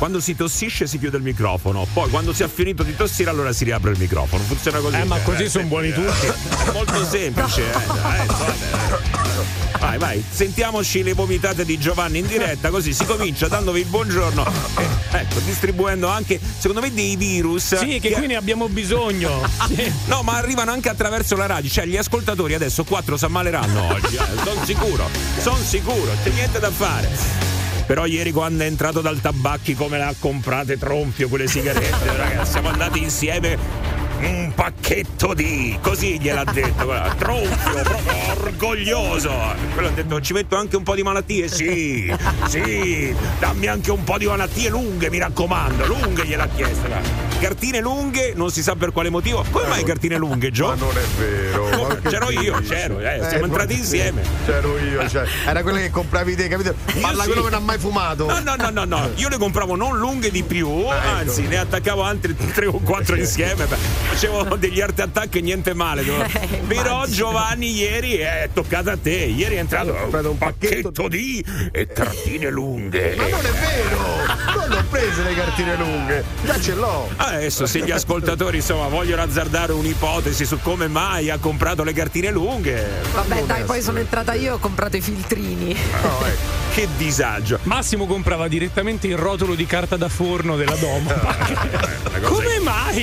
quando si tossisce si chiude il microfono, poi quando si è finito di tossire allora si riapre il microfono. Funziona così. Ma così sono buoni tutti. È molto semplice. Vai, sentiamoci le vomitate di Giovanni in diretta, così si comincia dandovi il buongiorno, ecco, distribuendo anche, secondo me, dei virus. Sì, che qui ne abbiamo bisogno. No, ma arrivano anche attraverso la radio, cioè gli ascoltatori adesso 4 si ammaleranno oggi, sono sicuro, c'è niente da fare. Però ieri quando è entrato dal Tabacchi, come le ha comprate tronfio quelle sigarette, ragazzi, siamo andati insieme. Un pacchetto di, così gliel'ha detto, tronfio, proprio orgoglioso. Quello ha detto, ci metto anche un po' di malattie. Sì, dammi anche un po' di malattie lunghe, mi raccomando, lunghe gliel'ha chiesto. Cartine lunghe, non si sa per quale motivo. Come mai cartine lunghe, Gio? Ma non è vero. C'ero io, siamo entrati insieme. C'ero io, era quelle che compravi te, capito? Parla quello che non ha mai fumato. No, io le compravo non lunghe di più, anzi ne attaccavo altri 3 o 4 insieme. Facevo degli art attack e niente male. Però Giovanni ieri è toccata a te. Ieri è entrato un pacchetto di cartine lunghe. Ma non è vero! Non ho preso le cartine lunghe, già ce l'ho. Adesso se gli ascoltatori insomma vogliono azzardare un'ipotesi su come mai ha comprato le cartine lunghe. Vabbè dai, poi sono entrata io e ho comprato i filtrini. Che disagio. Massimo comprava direttamente il rotolo di carta da forno della Domo. Come mai?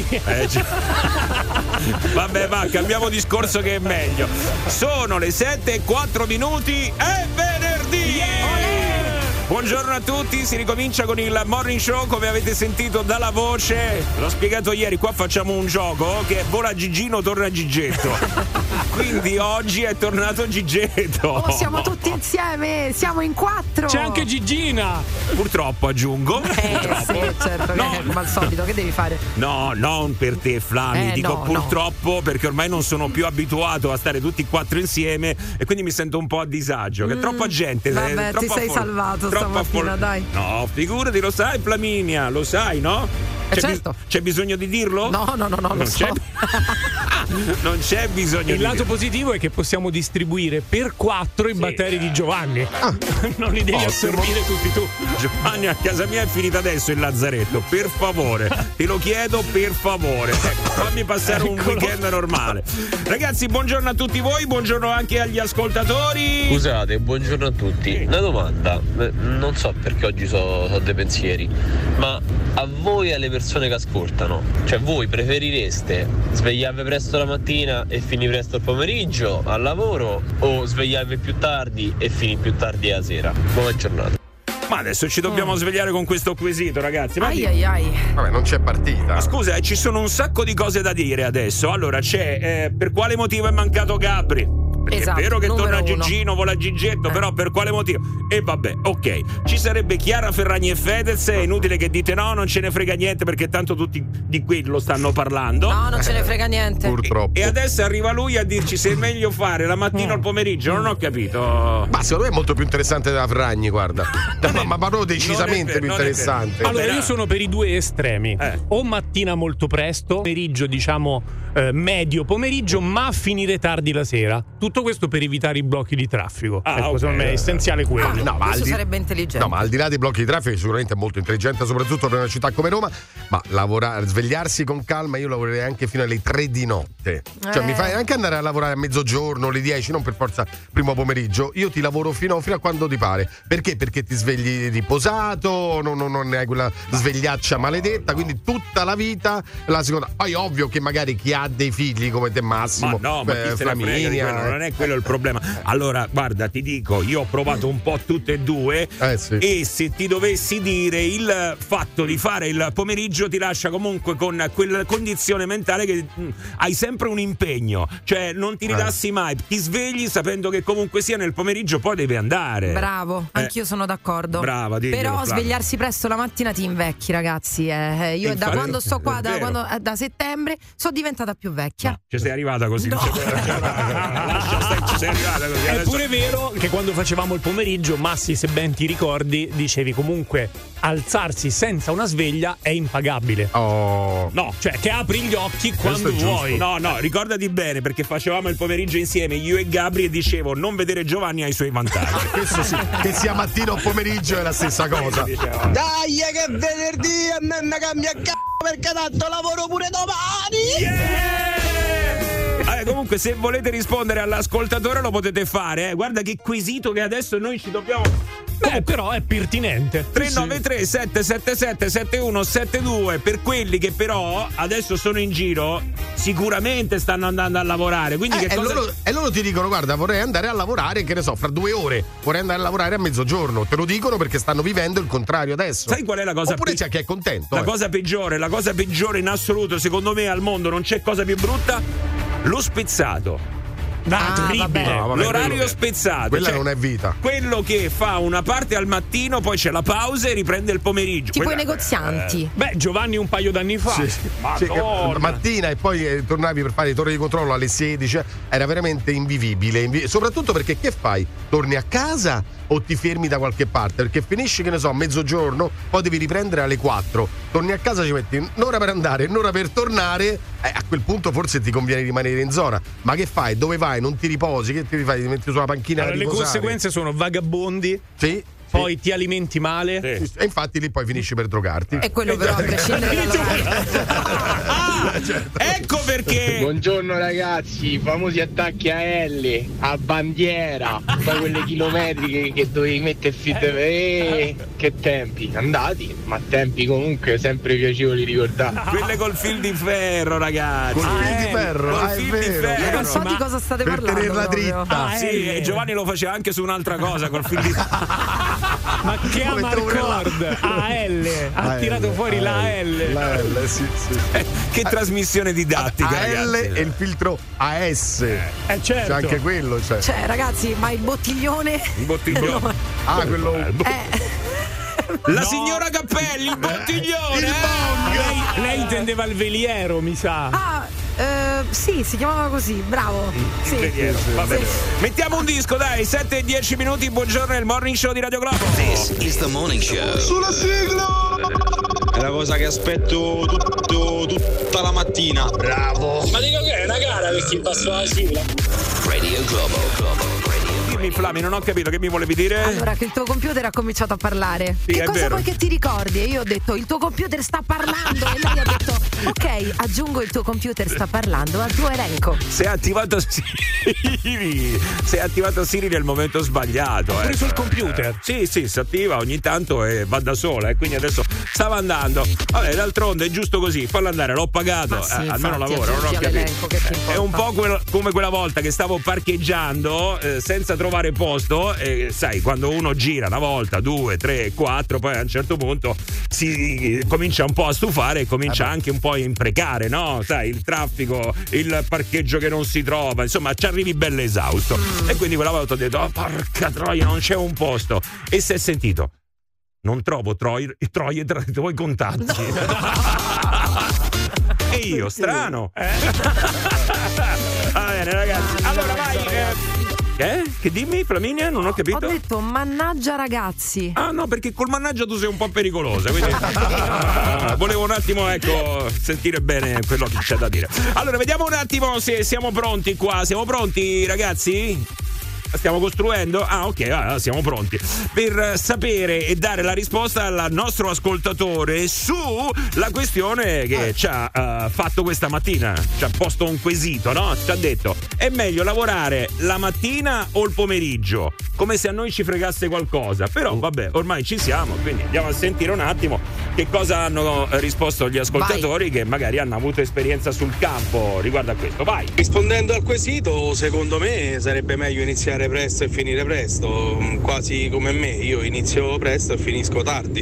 Vabbè, cambiamo discorso che è meglio. Sono le 7:04, è venerdì. Buongiorno a tutti, si ricomincia con il Morning Show, come avete sentito dalla voce. L'ho spiegato ieri, qua facciamo un gioco che è vola Gigino, torna Gigetto. Quindi oggi è tornato Gigetto. Siamo tutti insieme, siamo in 4. C'è anche Gigina. Purtroppo aggiungo. Sì, certo, no, che è come al solito, che devi fare? No, non per te, Flami, dico purtroppo perché ormai non sono più abituato a stare tutti 4 insieme e quindi mi sento un po' a disagio, che è troppa gente. Vabbè, ti sei salvato stamattina, dai. No, figurati, lo sai Flaminia, lo sai, no? Certo. C'è bisogno di dirlo? No, lo so. Non c'è bisogno Il lato positivo è che possiamo distribuire per 4 i batteri di Giovanni. Non li devi assorbire tutti tu. Giovanni, a casa mia è finita adesso il lazzaretto, per favore, te lo chiedo, per favore. Fammi passare un weekend normale. Ragazzi, buongiorno a tutti voi, buongiorno anche agli ascoltatori. Scusate, buongiorno a tutti. Una domanda, non so perché oggi so dei pensieri, ma a voi, alle persone che ascoltano, cioè voi preferireste svegliarvi presto la mattina e finire presto il pomeriggio al lavoro o svegliarvi più tardi e finire più tardi la sera? Buona giornata. Ma adesso ci dobbiamo svegliare con questo quesito, ragazzi. Vabbè, non c'è partita. Ma scusa, ci sono un sacco di cose da dire adesso. Allora c'è per quale motivo è mancato Gabri? Perché esatto, è vero che torna 1. Gigino, vola Gigetto, però per quale motivo? E vabbè, ok. Ci sarebbe Chiara Ferragni e Fedez, è inutile che dite no, non ce ne frega niente perché tanto tutti di qui lo stanno parlando. No, non ce ne frega niente. Purtroppo. E adesso arriva lui a dirci se è meglio fare la mattina o il pomeriggio, non ho capito. Ma secondo me è molto più interessante della Ferragni, guarda. Ma proprio decisamente più interessante. Allora, io sono per i due estremi. O mattina molto presto, pomeriggio diciamo medio pomeriggio, ma finire tardi la sera. Tutto questo per evitare i blocchi di traffico. Secondo me è essenziale quello. No, ma questo sarebbe intelligente. No, ma al di là dei blocchi di traffico sicuramente è molto intelligente, soprattutto per una città come Roma, ma svegliarsi con calma, io lavorerei anche fino alle 3 di notte. Cioè mi fai anche andare a lavorare a mezzogiorno, alle 10, non per forza primo pomeriggio. Io ti lavoro fino a quando ti pare. Perché? Perché ti svegli riposato, non hai quella svegliaccia maledetta, quindi tutta la vita la seconda. Poi ovvio che magari chi ha dei figli come te Massimo, ma chi se ne frega di quello, non è quello il problema. Allora, guarda, ti dico, io ho provato un po' tutte e due e se ti dovessi dire, il fatto di fare il pomeriggio ti lascia comunque con quella condizione mentale che hai sempre un impegno, cioè non ti rilassi mai, ti svegli sapendo che comunque sia nel pomeriggio poi devi andare. Bravo, anch'io sono d'accordo. Brava, però svegliarsi presto la mattina ti invecchi, ragazzi. Io da quando sto qua, da settembre, sono diventata più vecchia. Ci sei arrivata così. No. sei arrivata così. È pure vero che quando facevamo il pomeriggio, Massi, se ben ti ricordi, dicevi comunque alzarsi senza una sveglia è impagabile. Oh. No, cioè che apri gli occhi quando vuoi. No, ricordati bene, perché facevamo il pomeriggio insieme io e Gabri e dicevo non vedere Giovanni ha i suoi vantaggi. Questo sì, che sia mattina o pomeriggio è la stessa cosa. Dai che venerdì a me mi cambia il perché tanto lavoro pure domani. Comunque se volete rispondere all'ascoltatore lo potete fare, Guarda che quesito che adesso noi ci dobbiamo. Però è pertinente. 393 777 7172 per quelli che però adesso sono in giro, sicuramente stanno andando a lavorare. Quindi che cosa... e loro ti dicono: guarda, vorrei andare a lavorare, che ne so, fra 2 ore, vorrei andare a lavorare a mezzogiorno. Te lo dicono perché stanno vivendo il contrario adesso. Sai qual è la cosa? Oppure c'è chi è contento. La cosa peggiore in assoluto, secondo me, al mondo non c'è cosa più brutta. Lo spezzato. Terribile. No, l'orario spezzato. Quella non è vita. Quello che fa una parte al mattino, poi c'è la pausa e riprende il pomeriggio. Tipo i negozianti. Giovanni un paio d'anni fa. Mattina e poi tornavi per fare i torni di controllo alle 16. Era veramente invivibile. Soprattutto perché che fai? Torni a casa o ti fermi da qualche parte? Perché finisci, che ne so, a mezzogiorno, poi devi riprendere alle 4. Torni a casa, ci metti un'ora per andare, un'ora per tornare. A quel punto forse ti conviene rimanere in zona. Ma che fai? Dove vai? Non ti riposi? Che ti fai? Ti metti sulla panchina a riposare? Le conseguenze sono vagabondi. Sì. Poi ti alimenti male. Sì. E infatti lì poi finisci per drogarti. E quello però a prescindere dall'orario. Certo. Ecco perché. Buongiorno ragazzi, i famosi attacchi a L, a bandiera, poi quelle chilometriche che dovevi mettersi che tempi andati, ma tempi comunque sempre piacevoli ricordare. Quelle col fil di ferro, ragazzi. Col fil di ferro, col fil di ferro. Non so di cosa state per parlando. Per tenerla dritta. Sì, e Giovanni lo faceva anche su un'altra cosa col fil di ferro. Ma che Amarcord AL ha tirato fuori la L. La L, sì. Che trasmissione didattica, AL ragazzi. e il filtro AS. Certo. C'è anche quello, Cioè, ragazzi, ma il bottiglione. Il bottiglione. Quello. La signora Cappelli, il bottiglione. Il bong. Lei intendeva il veliero, mi sa. Sì, si chiamava così, bravo. Sì. Vabbè. Mettiamo un disco, dai, 7 e 10 minuti. Buongiorno, è il morning show di Radio Globo. This is the morning show. Sulla sigla! È la cosa che aspetto tutta la mattina. Bravo. Ma dico che è una gara per chi passa la sigla. Radio Globo. Dimmi, Flami, non ho capito che mi volevi dire. Allora, che il tuo computer ha cominciato a parlare. Sì, che cosa vero. vuoi che ti ricordi? E io ho detto il tuo computer sta parlando. E lei ha detto ok, aggiungo il tuo computer sta parlando al tuo elenco. Se è attivato Siri nel momento sbagliato. Pure sul computer. Sì, si attiva ogni tanto e va da sola. E quindi adesso stava andando. Vabbè, d'altronde è giusto così, fallo andare, l'ho pagato. Sì, almeno infatti, lavoro, non ho l'elenco, capito. che ti importa? È un po' come quella volta che stavo parcheggiando senza trovare posto. E sai, quando uno gira una volta, 2, 3, 4, poi a un certo punto si comincia un po' a stufare e comincia anche un po' a imprecare, no? Sai, il traffico, il parcheggio che non si trova, insomma, ci arrivi bello esausto. E quindi quella volta ho detto, porca troia, non c'è un posto. E si è sentito, non trovo troie tra i tuoi contatti. E io, strano. Va bene, ragazzi. Allora vai. Che dimmi, Flaminia? Non ho capito. Ho detto mannaggia ragazzi. Ah no, perché col mannaggia tu sei un po' pericolosa, quindi volevo un attimo, sentire bene quello che c'è da dire. Allora, vediamo un attimo se siamo pronti qua. Siamo pronti, ragazzi? Stiamo costruendo? Ah, ok, siamo pronti per sapere e dare la risposta al nostro ascoltatore sulla questione che ci ha fatto questa mattina. Ci ha posto un quesito, no? Ci ha detto: è meglio lavorare la mattina o il pomeriggio? Come se a noi ci fregasse qualcosa. Però vabbè, ormai ci siamo, quindi andiamo a sentire un attimo che cosa hanno risposto gli ascoltatori che magari hanno avuto esperienza sul campo riguardo a questo. Vai! Rispondendo al quesito, secondo me sarebbe meglio iniziare presto e finire presto, quasi come me, io inizio presto e finisco tardi.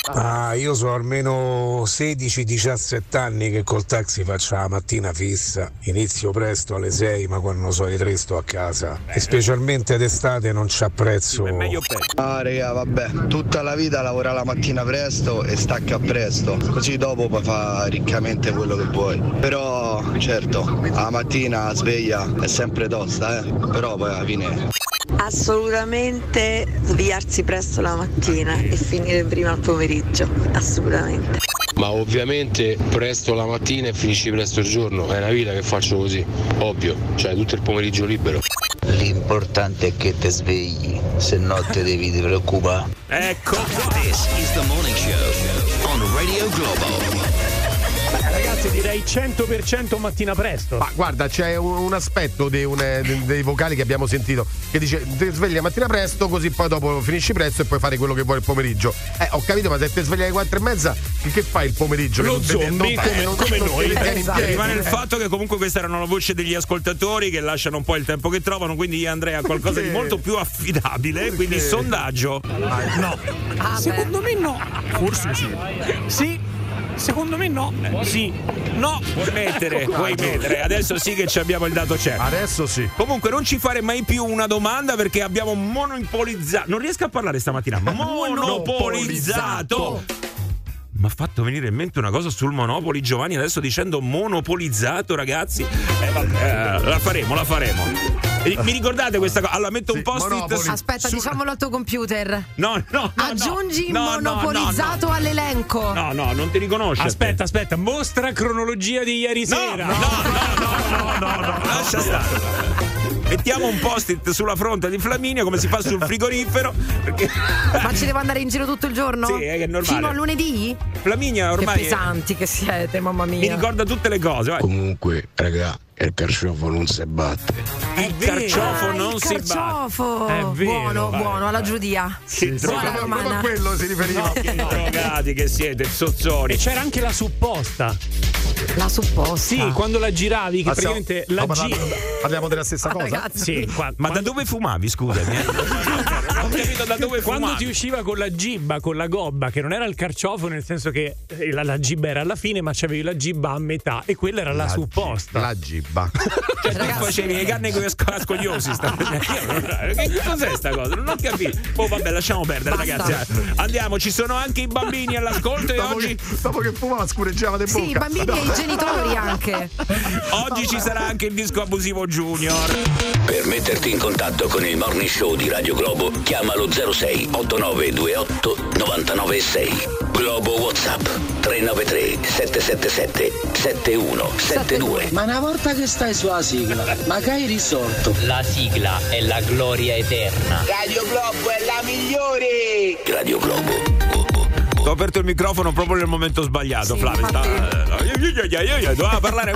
Io so almeno 16-17 anni che col taxi faccio la mattina fissa. Inizio presto alle 6, ma quando sono le 3 sto a casa. E specialmente d'estate non c'ha prezzo. Raga, vabbè, tutta la vita lavora la mattina presto e stacca presto. Così dopo puoi fare riccamente quello che vuoi. Però, certo, la mattina sveglia è sempre tosta, però poi alla fine... Assolutamente svegliarsi presto la mattina e finire prima al pomeriggio, assolutamente. Ma ovviamente presto la mattina e finisci presto il giorno, è una vita che faccio così, ovvio, cioè tutto il pomeriggio libero. L'importante è che ti svegli, se no te devi preoccupare. Ecco, This is the morning show on Radio Globo. Ragazzi, direi 100% mattina presto. Ma guarda, c'è un aspetto dei vocali che abbiamo sentito che dice ti svegli la mattina presto, così poi dopo finisci presto e puoi fare quello che vuoi il pomeriggio. Ho capito, ma se ti svegli alle 4:30, che fai il pomeriggio? Lo zombie come noi. Rimane il fatto che comunque questa era la voce degli ascoltatori che lasciano un po' il tempo che trovano, quindi Andrea qualcosa di molto più affidabile, quindi sondaggio. No. Secondo me no. Forse sì. Sì. Secondo me no. Sì. No. Puoi mettere. Adesso sì che abbiamo il dato certo. Adesso sì. Comunque non ci fare mai più una domanda perché abbiamo monopolizzato. Non riesco a parlare stamattina. Monopolizzato. Mi ha fatto venire in mente una cosa sul Monopoli, Giovanni, adesso dicendo monopolizzato, ragazzi. La faremo. Mi ricordate questa cosa? Allora metto un post-it. Aspetta, diciamolo al tuo computer. No. Aggiungi monopolizzato all'elenco. No, non ti riconosce. Aspetta, mostra cronologia di ieri sera. No. Lascia stare. Mettiamo un post-it sulla fronte di Flaminia come si fa sul frigorifero. Perché... Ma ci devo andare in giro tutto il giorno? Sì, è normale. Fino a lunedì? Flaminia ormai. Che pesanti che siete, mamma mia. Mi ricorda tutte le cose. Vai. Comunque, raga, il carciofo non si batte. Il carciofo non si batte. È vero, buono, alla Giudia. Buona romana. Quello si riferiva. Che drogati che siete, zozzoni. E c'era anche la supposta. La supposta? Sì, quando la giravi, che praticamente parliamo della stessa cosa? Ragazzi, sì. Ma da dove fumavi, scusami? Non ho capito da dove fumavi. Quando ti usciva con la gibba, con la gobba, che non era il carciofo, nel senso che la gibba era alla fine, ma c'avevi la gibba a metà e quella era la supposta. La gibba. Cioè, tu facevi le canne con scogliosi. Che cos'è sta cosa? Non ho capito. Vabbè, lasciamo perdere, ragazzi. Andiamo, ci sono anche i bambini all'ascolto e oggi. Dopo che fumava scureggiava de bocca. Sì, i bambini e i genitori anche. Oggi ci sarà anche il disco abusivo Junior. Per metterti in contatto con il morning show di Radio Globo, chiamalo 06 8928 996. Globo WhatsApp 393 777 7172. Ma una volta che stai sulla sigla, ma che hai risolto? La sigla è la gloria eterna. Radio Globo è la migliore. Radio Globo. Ho aperto il microfono proprio nel momento sbagliato, sì, Flavio. Doveva parlare.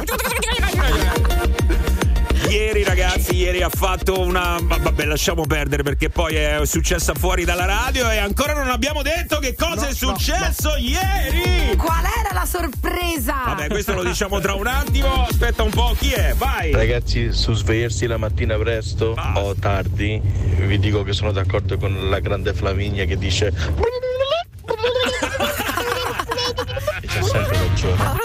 Ieri ha fatto una. Vabbè, lasciamo perdere perché poi è successa fuori dalla radio e ancora non abbiamo detto che cosa è successo ieri. Qual era la sorpresa? Vabbè, questo lo diciamo tra un attimo. Aspetta un po', chi è? Vai. Ragazzi, su svegliarsi la mattina presto o tardi, vi dico che sono d'accordo con la grande Flaminia che dice. C'è sempre ragione.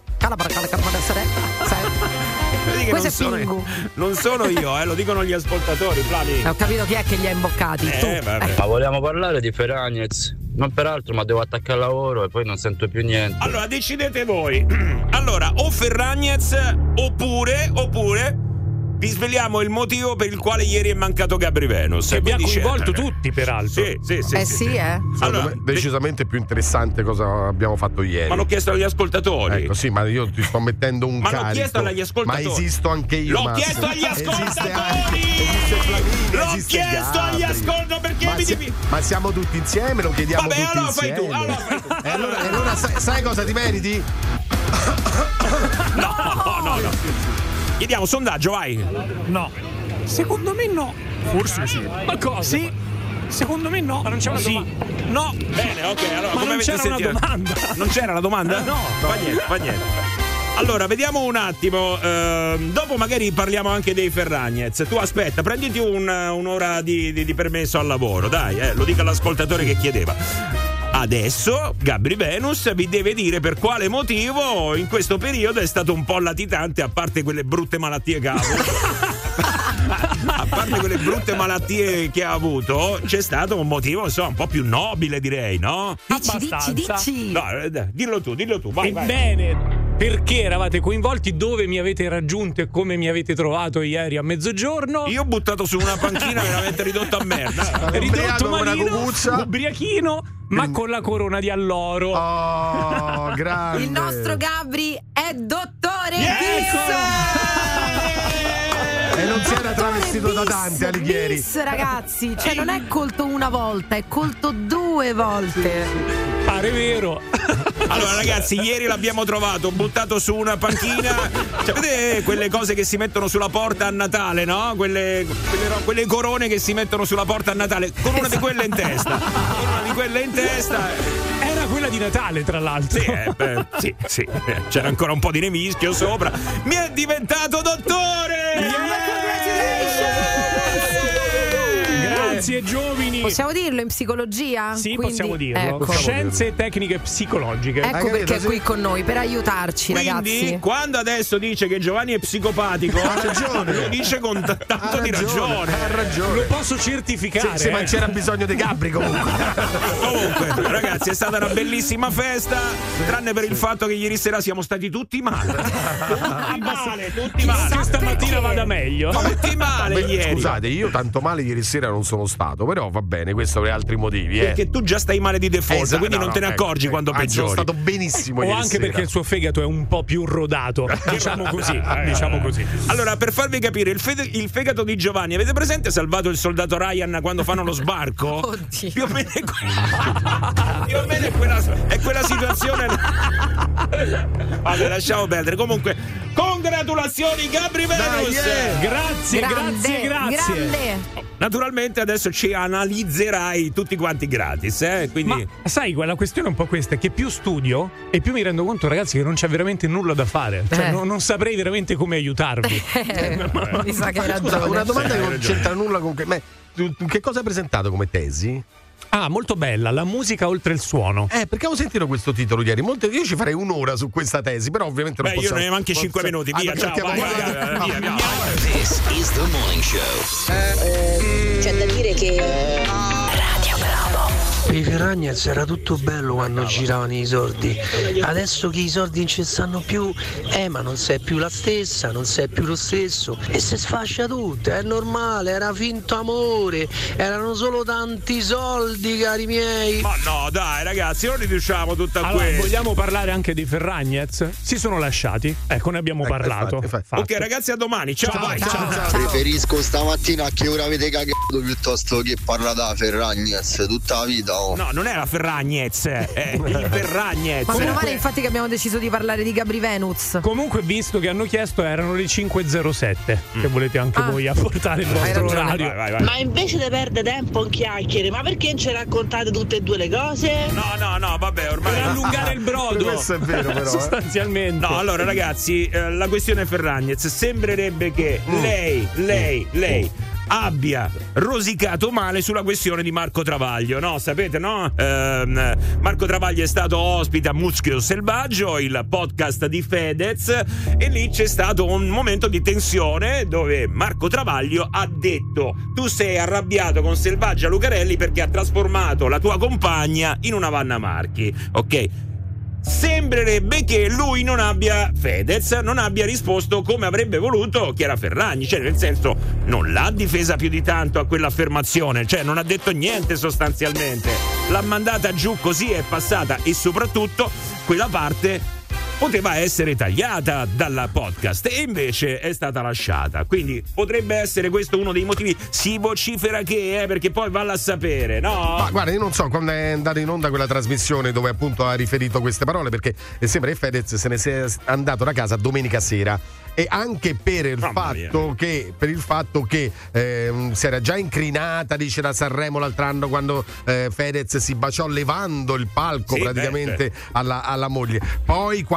Non sono io, lo dicono gli ascoltatori, Flavi. Ho capito chi è che li ha imboccati. Ma vogliamo parlare di Ferragnez? Non peraltro, ma devo attaccare al lavoro e poi non sento più niente. Allora, decidete voi. Allora, o Ferragnez oppure vi sveliamo il motivo per il quale ieri è mancato Gabry Venus. Che abbiamo coinvolto tutti, peraltro. Sì. Allora, decisamente più interessante cosa abbiamo fatto ieri. Ma l'ho chiesto agli ascoltatori. Ecco, sì, ma io ti sto mettendo un carico. Ma l'ho chiesto agli ascoltatori. Ma esisto anche io. L'ho chiesto agli ascoltatori. L'ho chiesto agli ascoltatori perché ma siamo tutti insieme, lo chiediamo tutti allora insieme. Fai tu. Allora sai cosa ti meriti? No. Chiediamo sondaggio, vai. No. Secondo me no. Forse sì. Ma cosa? Sì. Secondo me no. Ma non c'è una domanda. No. Bene, ok. Allora, ma come non c'era una domanda. Non c'era la domanda? No. Fa niente. Allora, vediamo un attimo. Dopo magari parliamo anche dei Ferragnez. Tu aspetta, prenditi un'ora di permesso al lavoro, dai. Lo dica all'ascoltatore che chiedeva. Adesso Gabri Venus vi deve dire per quale motivo in questo periodo è stato un po' latitante, a parte quelle brutte malattie che ha avuto. A parte quelle brutte malattie che ha avuto, c'è stato un motivo, insomma, un po' più nobile, direi, no? Dici. No, dillo tu, vai. Bene. Perché eravate coinvolti, dove mi avete raggiunto e come mi avete trovato ieri a mezzogiorno? Io ho buttato su una panchina veramente ridotto a merda. Ridotto malino, ubriachino, ma con la corona di alloro. Oh, grande. Il nostro Gabri è dottore E non si era travestito da Dante Alighieri. Ragazzi, cioè non è colto una volta, è colto 2 volte. Pare vero. Allora ragazzi, ieri l'abbiamo trovato buttato su una panchina. Sapete quelle cose che si mettono sulla porta a Natale, no? Quelle corone che si mettono sulla porta a Natale, con una di quelle in testa. Era quella di Natale, tra l'altro. Sì. C'era ancora un po' di nemischio sopra. Mi è diventato dottore! Grazie, giovani. Possiamo dirlo in psicologia? Sì, quindi, possiamo dirlo. Ecco. Scienze e tecniche psicologiche. Ecco perché è qui con noi, per aiutarci, quindi, ragazzi. Quando adesso dice che Giovanni è psicopatico, ha ragione. Lo dice con tanto di ragione. Ha ragione. Lo posso certificare. Sì, ma c'era bisogno di Gabri comunque. Comunque, ragazzi, è stata una bellissima festa, tranne per il fatto che ieri sera siamo stati tutti male. Tutti male. Stamattina vada meglio. Tutti male ieri. Scusate, io tanto male ieri sera non sono stato, però va bene, questo per altri motivi. Perché tu già stai male di default, quindi non te ne accorgi quando peggiori. Sono stato benissimo ieri o anche sera. Perché il suo fegato è un po' più rodato, diciamo così. Allora, per farvi capire, il fegato di Giovanni, avete presente Salvato il soldato Ryan quando fanno lo sbarco? Oddio. Più o meno è quella situazione. Vabbè, lasciamo perdere. Comunque, congratulazioni Gabri Venus. Grazie. Grande. Naturalmente adesso ci analizzerai tutti quanti gratis, quindi... Ma sai, la questione è un po' questa, che più studio e più mi rendo conto, ragazzi, che non c'è veramente nulla da fare. Cioè, non saprei veramente come aiutarvi. Mi sa che hai ragione. Scusa, una domanda che non c'entra nulla con che cosa hai presentato come tesi? Ah, molto bella, la musica oltre il suono. Perché ho sentito questo titolo ieri. Io ci farei un'ora su questa tesi, però ovviamente non possiamo. Io ne ho anche 5 minuti, via, ciao, vai. This is the morning show. C'è da dire che Radio Globo. Per i Ferragnez era tutto bello quando giravano i soldi. Adesso che i soldi non ci stanno più, ma non sei più la stessa, non sei più lo stesso. E si sfascia tutto, è normale, era finto amore, erano solo tanti soldi, cari miei. Ma no, dai, ragazzi, non riusciamo tutto a allora, questo. vogliamo parlare anche dei Ferragnez? Si sono lasciati. Ecco, ne abbiamo parlato. Ok, ragazzi, a domani. Ciao. Preferisco stamattina a che ora avete cagato piuttosto che parla da Ferragnez tutta la vita. No, non è la Ferragnez, è il Ferragnez. Ma meno male infatti che abbiamo deciso di parlare di Gabri Venus. Comunque, visto che hanno chiesto, erano le 5.07. Se volete anche voi apportare il vostro orario. Vai. Ma invece di perdere tempo in chiacchiere, ma perché non ci raccontate tutte e due le cose? No, vabbè, ormai per allungare il brodo. Questo è vero, però. Sostanzialmente. No, allora ragazzi, la questione Ferragnez sembrerebbe che lei abbia rosicato male sulla questione di Marco Travaglio, no? Sapete, no? Marco Travaglio è stato ospite a Muschio Selvaggio, il podcast di Fedez, e lì c'è stato un momento di tensione dove Marco Travaglio ha detto: tu sei arrabbiato con Selvaggia Lucarelli perché ha trasformato la tua compagna in una Vanna Marchi, ok? Sembrerebbe che lui Fedez non abbia risposto come avrebbe voluto Chiara Ferragni, cioè nel senso non l'ha difesa più di tanto a quell'affermazione, cioè non ha detto niente sostanzialmente, l'ha mandata giù così, è passata, e soprattutto quella parte poteva essere tagliata dalla podcast e invece è stata lasciata, quindi potrebbe essere questo uno dei motivi. Si vocifera che perché poi valla a sapere, no? Ma guarda, io non so quando è andata in onda quella trasmissione dove appunto ha riferito queste parole, perché sembra che Fedez se ne sia andato da casa domenica sera, e anche per il fatto che si era già incrinata, dice, da Sanremo l'altro anno quando Fedez si baciò levando il palco praticamente alla moglie. Poi quando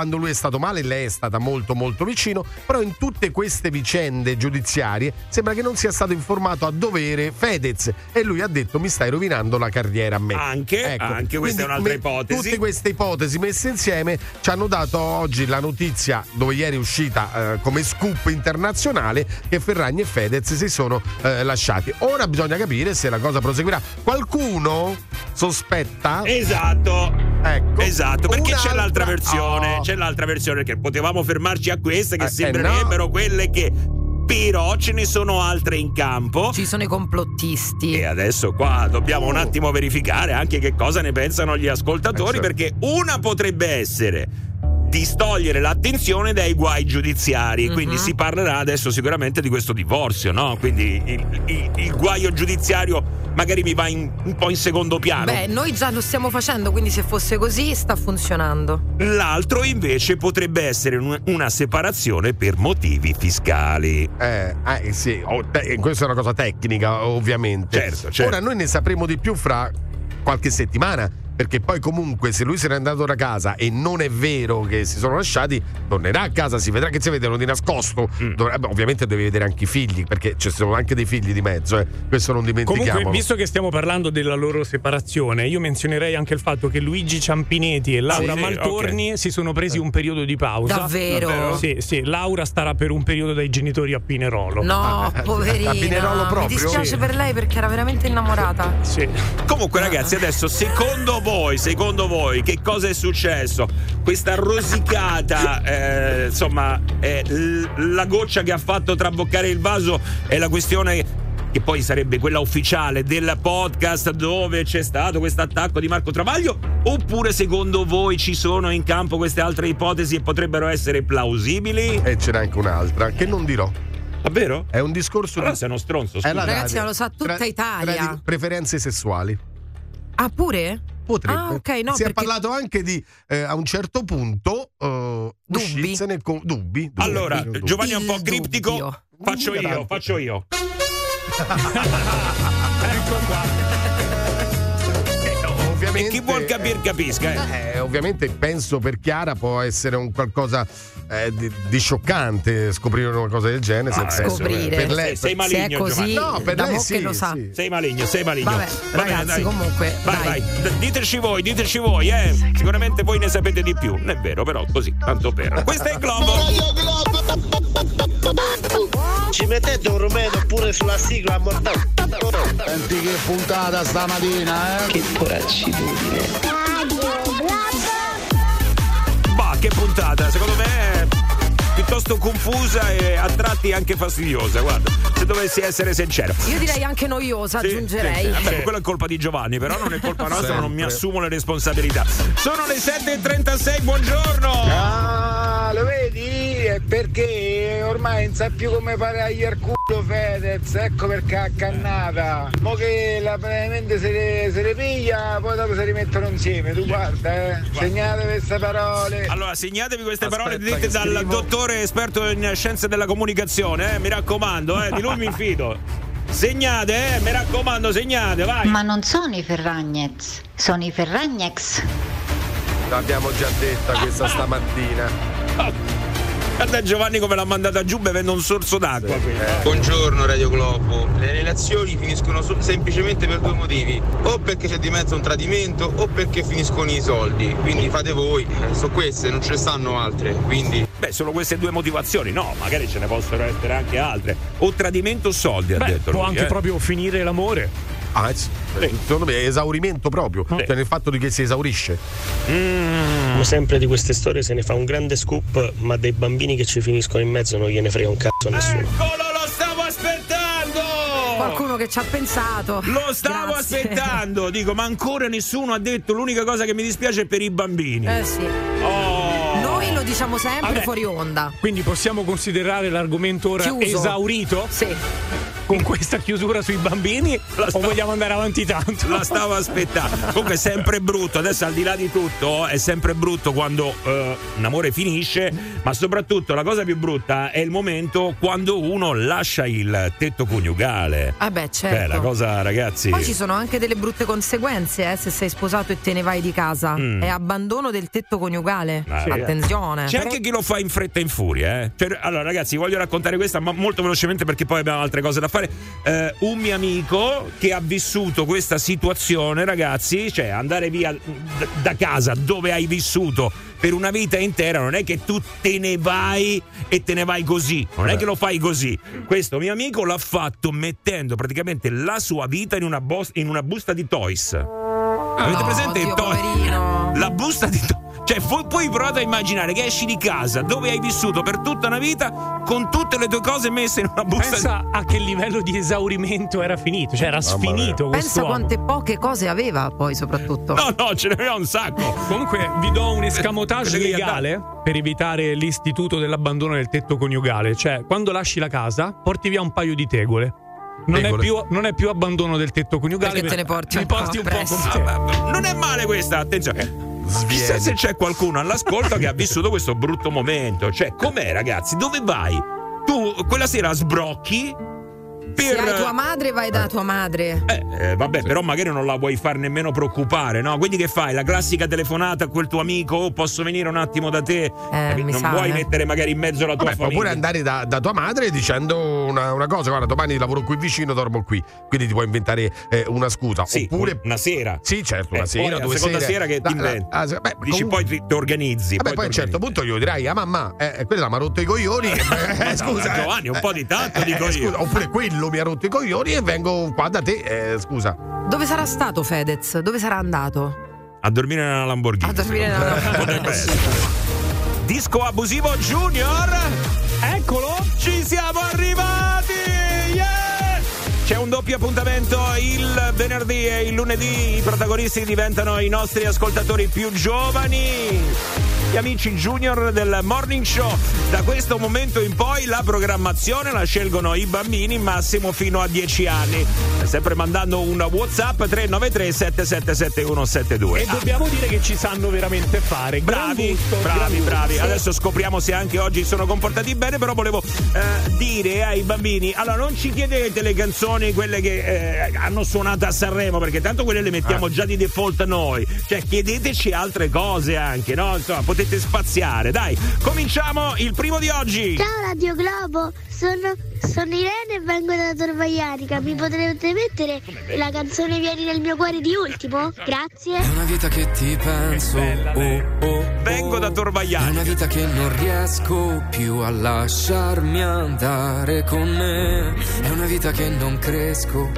quando lui è stato male lei è stata molto molto vicino, però in tutte queste vicende giudiziarie sembra che non sia stato informato a dovere Fedez, e lui ha detto: mi stai rovinando la carriera a me. Anche questa è un'altra ipotesi. Tutte queste ipotesi messe insieme ci hanno dato oggi la notizia, dove ieri è uscita come scoop internazionale, che Ferragni e Fedez si sono lasciati. Ora bisogna capire se la cosa proseguirà. Qualcuno sospetta? Esatto, perché c'è l'altra versione. C'è l'altra versione, che potevamo fermarci a queste, che sembrerebbero quelle che... Però ce ne sono altre in campo. Ci sono i complottisti. E adesso qua dobbiamo un attimo verificare anche che cosa ne pensano gli ascoltatori, perché una potrebbe essere distogliere l'attenzione dai guai giudiziari, quindi si parlerà adesso sicuramente di questo divorzio, no? Quindi il guaio giudiziario magari mi va un po' in secondo piano. Beh, noi già lo stiamo facendo, quindi se fosse così sta funzionando. L'altro invece potrebbe essere una separazione per motivi fiscali. Sì, questa è una cosa tecnica, ovviamente. Certo. Ora noi ne sapremo di più fra qualche settimana, perché poi comunque se lui se n'è andato da casa e non è vero che si sono lasciati, tornerà a casa, si vedrà che si vedono di nascosto. Ovviamente deve vedere anche i figli, perché ci sono anche dei figli di mezzo, questo non dimentichiamolo. Comunque, visto che stiamo parlando della loro separazione, io menzionerei anche il fatto che Luigi Ciampinetti e Laura Maltorni si sono presi un periodo di pausa. Davvero? Sì, Laura starà per un periodo dai genitori a Pinerolo. No, poverina. A Pinerolo proprio? Mi dispiace per lei, perché era veramente innamorata. Sì. Comunque ragazzi, adesso secondo voi che cosa è successo? Questa rosicata, la goccia che ha fatto traboccare il vaso è la questione che poi sarebbe quella ufficiale del podcast, dove c'è stato questo attacco di Marco Travaglio, oppure secondo voi ci sono in campo queste altre ipotesi e potrebbero essere plausibili? E c'è anche un'altra che non dirò. Davvero? È un discorso Allora sei uno stronzo, scusa. Ragazzi, ma lo sa tutta Italia. Preferenze sessuali. Ah, pure? Potrebbe. Ah, ok, no, si perché... è parlato anche di a un certo punto uscitsene con dubbi. Allora, Giovanni è un po' criptico. Faccio io. Ecco qua. E chi vuol capire capisca. Ovviamente penso per Chiara può essere un qualcosa di scioccante scoprire una cosa del genere. Scoprire per lei, sei maligno, così, Giovanni. No, per lei sì, lo sa. Sì. Sei maligno. Vabbè, ragazzi, dai. comunque vai. Diteci voi, sicuramente voi ne sapete di più. Non è vero, però così, tanto per. Questo è il Globo. Ci mettete un rumeno pure sulla sigla mortale. Senti che puntata stamattina, Che poraccidine. Bah, che puntata, secondo me è piuttosto confusa e a tratti anche fastidiosa, guarda, se dovessi essere sincero. Io direi anche noiosa, aggiungerei. Sì. Vabbè, quella è colpa di Giovanni, però non è colpa nostra, non mi assumo le responsabilità. Sono le 7:36, buongiorno! lo vedi? È perché ormai non sa più come parargli al culo Fedez, ecco perché ha accannata. Mo che praticamente se le piglia, poi dopo si rimettono insieme, tu guarda, segnate queste parole. Allora, segnatevi queste parole dette dal dottore esperto in scienze della comunicazione, mi raccomando, di lui mi fido. Segnate, mi raccomando, segnate, vai. Ma non sono i Ferragnez, sono i Ferragnex. L'abbiamo già detta questa stamattina. Guarda Giovanni come l'ha mandata giù bevendo un sorso d'acqua. Buongiorno Radio Globo. Le relazioni finiscono semplicemente per due motivi: o perché c'è di mezzo un tradimento o perché finiscono i soldi. Quindi fate voi, sono queste, non ce ne stanno altre. Quindi sono queste due motivazioni. No, magari ce ne possono essere anche altre. O tradimento o soldi, ha detto può lui, anche proprio finire l'amore. Secondo me è esaurimento proprio, cioè nel fatto di che si esaurisce. Come sempre di queste storie se ne fa un grande scoop, ma dei bambini che ci finiscono in mezzo non gliene frega un cazzo a nessuno. Eccolo, lo stavo aspettando! Qualcuno che ci ha pensato. Lo stavo aspettando, dico, ma ancora nessuno ha detto l'unica cosa che mi dispiace è per i bambini. Sì. Noi lo diciamo sempre fuori onda. Quindi possiamo considerare l'argomento ora chiuso. Esaurito? Sì. con questa chiusura sui bambini o vogliamo andare avanti tanto? La stavo aspettando. Comunque è sempre brutto, adesso al di là di tutto, è sempre brutto quando un amore finisce, ma soprattutto la cosa più brutta è il momento quando uno lascia il tetto coniugale. Ah beh, certo. La cosa, ragazzi. Poi ci sono anche delle brutte conseguenze, se sei sposato e te ne vai di casa. È abbandono del tetto coniugale. Sì. Attenzione. C'è anche chi lo fa in fretta e in furia, Cioè, allora, ragazzi, voglio raccontare questa ma molto velocemente perché poi abbiamo altre cose da fare. Un mio amico che ha vissuto questa situazione, ragazzi, cioè andare via da casa dove hai vissuto per una vita intera, non è che tu te ne vai e te ne vai così, non è che lo fai così. Questo mio amico l'ha fatto mettendo praticamente la sua vita in una busta di Toys. Avete presente il Toys? Poverino. La busta di Toys. Cioè, poi provate a immaginare che esci di casa dove hai vissuto per tutta una vita con tutte le tue cose messe in una busta. Pensa a che livello di esaurimento era finito, cioè era sfinito. Pensa quante poche cose aveva poi soprattutto. No, ce ne aveva un sacco. Comunque vi do un escamotage legale per evitare l'istituto dell'abbandono del tetto coniugale. Cioè, quando lasci la casa, porti via un paio di tegole. Non è più abbandono del tetto coniugale. Perché te ne porti un po' con te. Non è male questa, attenzione. Chissà se c'è qualcuno all'ascolto che ha vissuto questo brutto momento. Cioè, com'è, ragazzi? Dove vai? Tu quella sera sbrocchi. Se hai tua madre, vai da tua madre. Vabbè, però magari non la vuoi far nemmeno preoccupare, no? Quindi che fai? La classica telefonata a quel tuo amico, posso venire un attimo da te? Non vuoi mettere magari in mezzo la tua famiglia. Oppure andare da tua madre dicendo una cosa, guarda, domani lavoro qui vicino, dormo qui. Quindi ti puoi inventare una scusa. Sì, oppure una sera. Sì, certo, una sera, poi due la seconda sera che ti inventi. Dici, poi ti organizzi. Vabbè, poi a un certo punto glielo dirai, mamma, quella mi ha rotto i coglioni. Scusa, Giovanni, un po' di tanto dico io. Scusa, oppure quello mi ha rotto i coglioni e vengo qua da te, scusa. Dove sarà stato Fedez? Dove sarà andato? A dormire nella Lamborghini. Potrebbe essere. Disco Abusivo Junior. Eccolo. Ci siamo arrivati. Yeah! C'è un doppio appuntamento il venerdì e il lunedì. I protagonisti diventano i nostri ascoltatori più giovani. Gli amici junior del Morning Show. Da questo momento in poi la programmazione la scelgono i bambini, massimo fino a 10 anni. Sempre mandando un WhatsApp 393 777172. E dobbiamo dire che ci sanno veramente fare. Bravi. Adesso scopriamo se anche oggi sono comportati bene, però volevo dire ai bambini, allora non ci chiedete le canzoni quelle che hanno suonato a Sanremo, perché tanto quelle le mettiamo già di default noi. Cioè chiedeteci altre cose anche, no? Insomma, potete spaziare. Dai, cominciamo il primo di oggi. Ciao Radio Globo, sono Irene e vengo da Torvaianica. Mi potrete mettere la canzone Vieni nel mio cuore di Ultimo? Grazie. È una vita che ti penso, vengo da Torvaianica. È una vita che non riesco più a lasciarmi andare con me. È una vita che non cresco,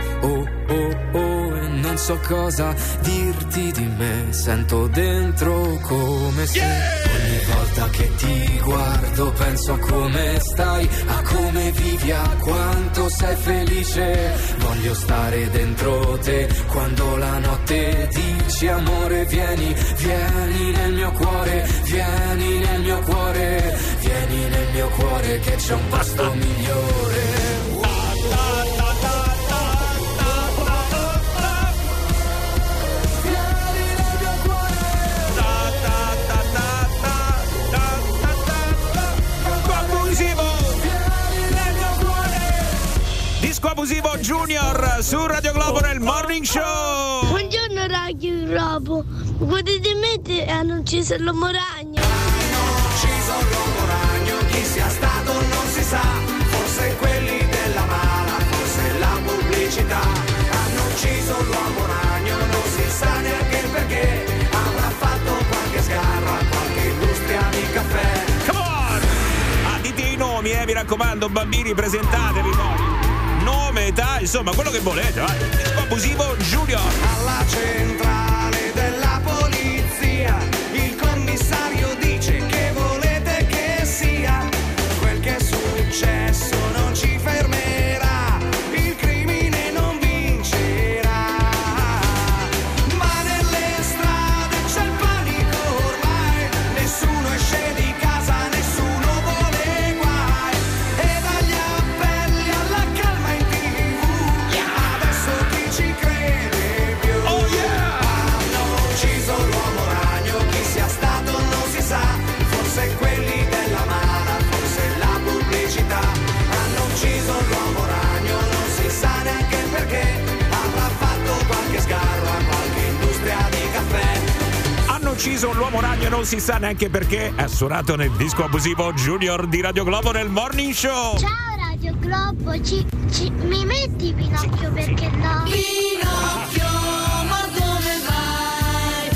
e non so cosa dirti di me. Sento dentro come se ogni volta che ti guardo penso a come stai, a come vivi, a quanto sei felice. Voglio stare dentro te quando la notte dici amore vieni, vieni nel mio cuore, vieni nel mio cuore, vieni nel mio cuore che c'è un posto migliore. Disco Abusivo Junior su Radio Globo nel Morning Show. Buongiorno Radio Globo, potete mettere hanno ucciso l'uomo ragno? Hanno ucciso l'uomo ragno, chi sia stato non si sa, forse quelli della mala, forse la pubblicità. Hanno ucciso l'uomo ragno, non si sa neanche il perché, avrà fatto qualche sgarra, qualche industria di caffè. Come on! Dite i nomi, mi raccomando, bambini, presentatevi poi. Nome, età, insomma, quello che volete, vai. Disco Abusivo Junior. Alla centrale della polizia, il commissario dice che volete che sia. Quel che è successo non ci fermerà, il crimine non vincerà. Ma nelle strade c'è il panico ormai, nessuno esce di casa, nessuno vuole guai. E dagli appelli alla calma in TV ucciso l'uomo ragno, non si sa neanche perché. Ha suonato nel disco abusivo Junior di Radio Globo nel Morning Show. Ciao Radio Globo, mi metti Pinocchio perché no? Pinocchio, ma dove vai?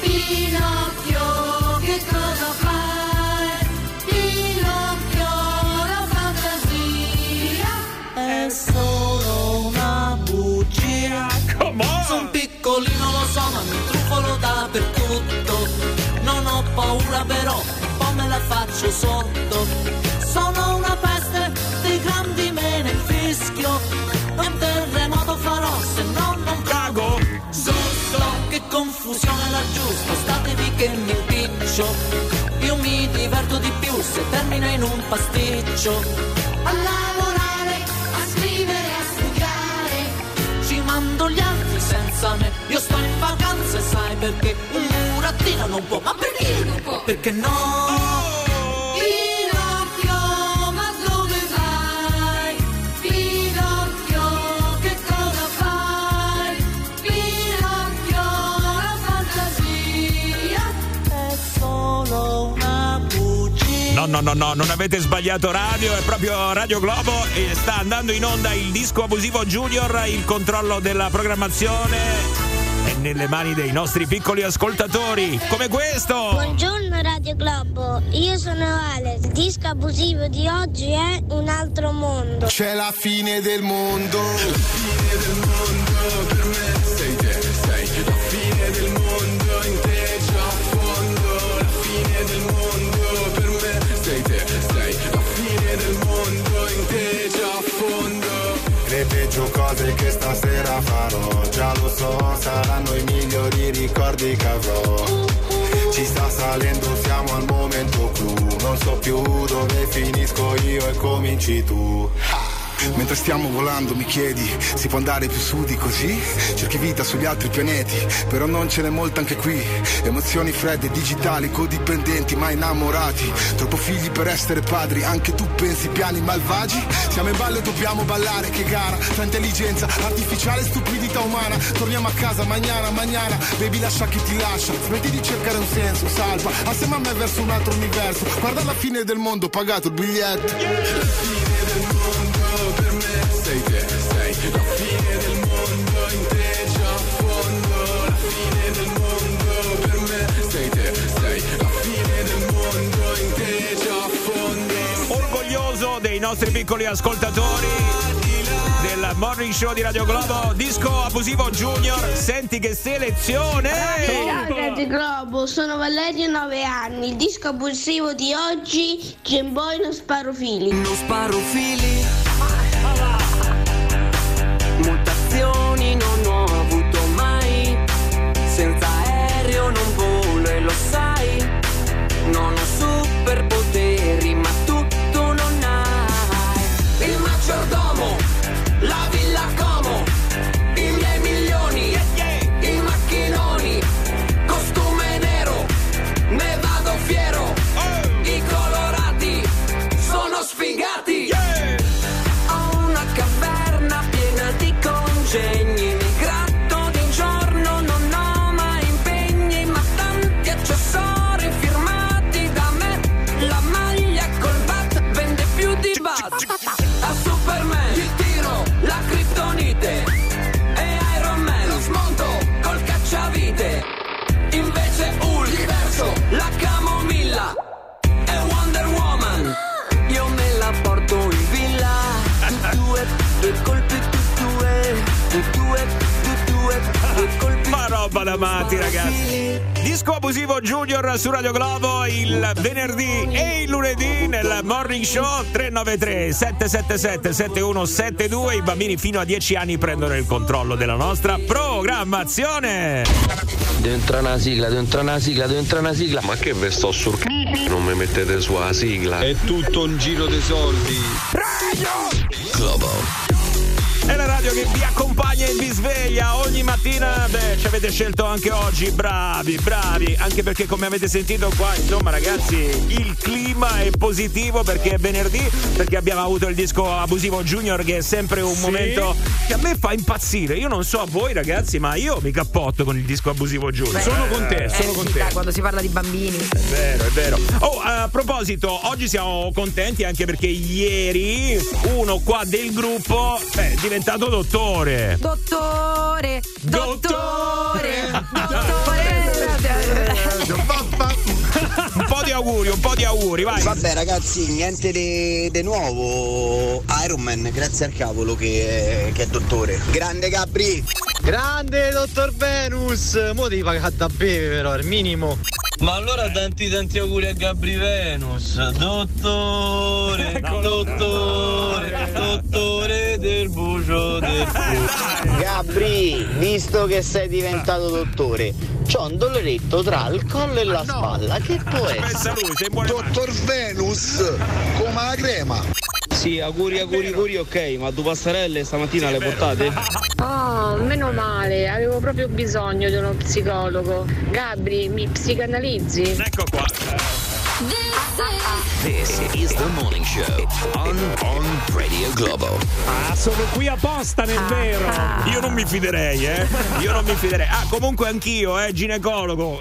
Pinocchio, che cosa fai? Pinocchio, la fantasia è solo una bugia. Sono piccolino, lo so, ma mi truffolo dappertutto. Non ho paura però, un po' me la faccio sotto. Sono una peste, dei grandi me ne fischio. Un terremoto farò, se no non cago. Giusto, che confusione laggiù, spostatevi che mi impiccio. Io mi diverto di più se termina in un pasticcio. A lavorare, a scrivere, a studiare. Ci mando gli altri senza me. Io sto in vacanza e sai perché? Un burattino non può, ma perché non può? Perché no? Pinocchio, ma dove vai? Pinocchio, che cosa fai? Pinocchio, la fantasia è solo una bugia. No, non avete sbagliato radio, è proprio Radio Globo e sta andando in onda il disco abusivo Junior. Il controllo della programmazione è nelle mani dei nostri piccoli ascoltatori, come questo. Buongiorno Radio Globo, io sono Ale. Il disco abusivo di oggi è Un altro mondo. C'è la fine del mondo. La fine del mondo per me sei te, sei la fine del mondo in te già a fondo. La fine del mondo per me sei te, sei la fine del mondo in te già a fondo. Le peggio cose che stasera farò, già lo so, saranno i migliori ricordi che avrò. Ci sta salendo, siamo al momento clou. Non so più dove finisco io e cominci tu. Mentre stiamo volando mi chiedi, si può andare più su di così? Cerchi vita sugli altri pianeti, però non ce n'è molta anche qui. Emozioni fredde, digitali, codipendenti, ma innamorati. Troppo figli per essere padri, anche tu pensi piani malvagi? Siamo in ballo e dobbiamo ballare, che gara, tra intelligenza artificiale e stupidità umana. Torniamo a casa, mañana, baby lascia chi ti lascia. Smetti di cercare un senso, salva, assieme a me verso un altro universo. Guarda la fine del mondo, pagato il biglietto. La fine del mondo per me sei te, sei la fine del mondo in te già a fondo. La fine del mondo per me sei te, sei la fine del mondo in te già a fondo. Orgoglioso dei nostri piccoli ascoltatori del Morning Show di Radio Globo, disco abusivo Junior. Senti che selezione! Ciao Radio Globo, sono Valerio, 9 anni. Il disco abusivo di oggi, Game Boy Non sparo fili. Non sparo fili. Mutazioni non ho avuto mai. Senza aereo non volo e lo sai. Non ho superpoteri ma tutto non hai. Il maggiordomo, la villa Como, i miei milioni, i macchinoni, costume nero, ne vado fiero. I colorati sono sfigati. Ho una caverna piena di congegni. Mi gratto di giorno, non ho mai impegni, ma tanti accessori firmati da me. La maglia col bat vende più di bat. A Superman il tiro, la criptonite, e Iron Man lo smonto col cacciavite. Invece Hulk diverso, la camomilla e Wonder Woman io me la porto in villa. Due colpi, due colpi. Ma roba da matti, ragazzi. Disco abusivo Junior su Radio Globo il venerdì e il lunedì nel Morning Show. 393 777 7172. I bambini fino a 10 anni prendono il controllo della nostra programmazione. Deve entrare una sigla. Ma che ve sto sul non mi mettete su la sigla? È tutto un giro dei soldi. Radio Globo. È la radio che vi accompagna e vi sveglia ogni mattina. Beh, ci avete scelto anche oggi, bravi, anche perché come avete sentito qua, insomma ragazzi, il clima è positivo perché è venerdì, perché abbiamo avuto il disco abusivo Junior, che è sempre un momento che a me fa impazzire. Io non so a voi ragazzi, ma io mi cappotto con il disco abusivo Junior. Sono con te, quando si parla di bambini. È vero. Oh, a proposito, oggi siamo contenti anche perché ieri uno qua del gruppo è diventato dottore. Un po' di auguri, vai. Vabbè ragazzi, niente di nuovo. Iron Man, grazie al cavolo che è dottore. Grande Gabri. Grande dottor Venus. Mo devi pagare da bere però, al minimo. Ma allora tanti auguri a Gabri Venus. Dottore del bucio del culo. Gabri, visto che sei diventato dottore, c'ho un doloretto tra il collo e la spalla. Che può essere? Dottor Venus, come la crema. Sì, auguri, ok, ma due pastarelle stamattina le portate? Oh, meno male, avevo proprio bisogno di uno psicologo. Gabri, mi psicanalizzi? Ecco qua. This is the morning show on Radio Globo. Sono qui apposta nel vero. Io non mi fiderei, comunque anch'io, ginecologo.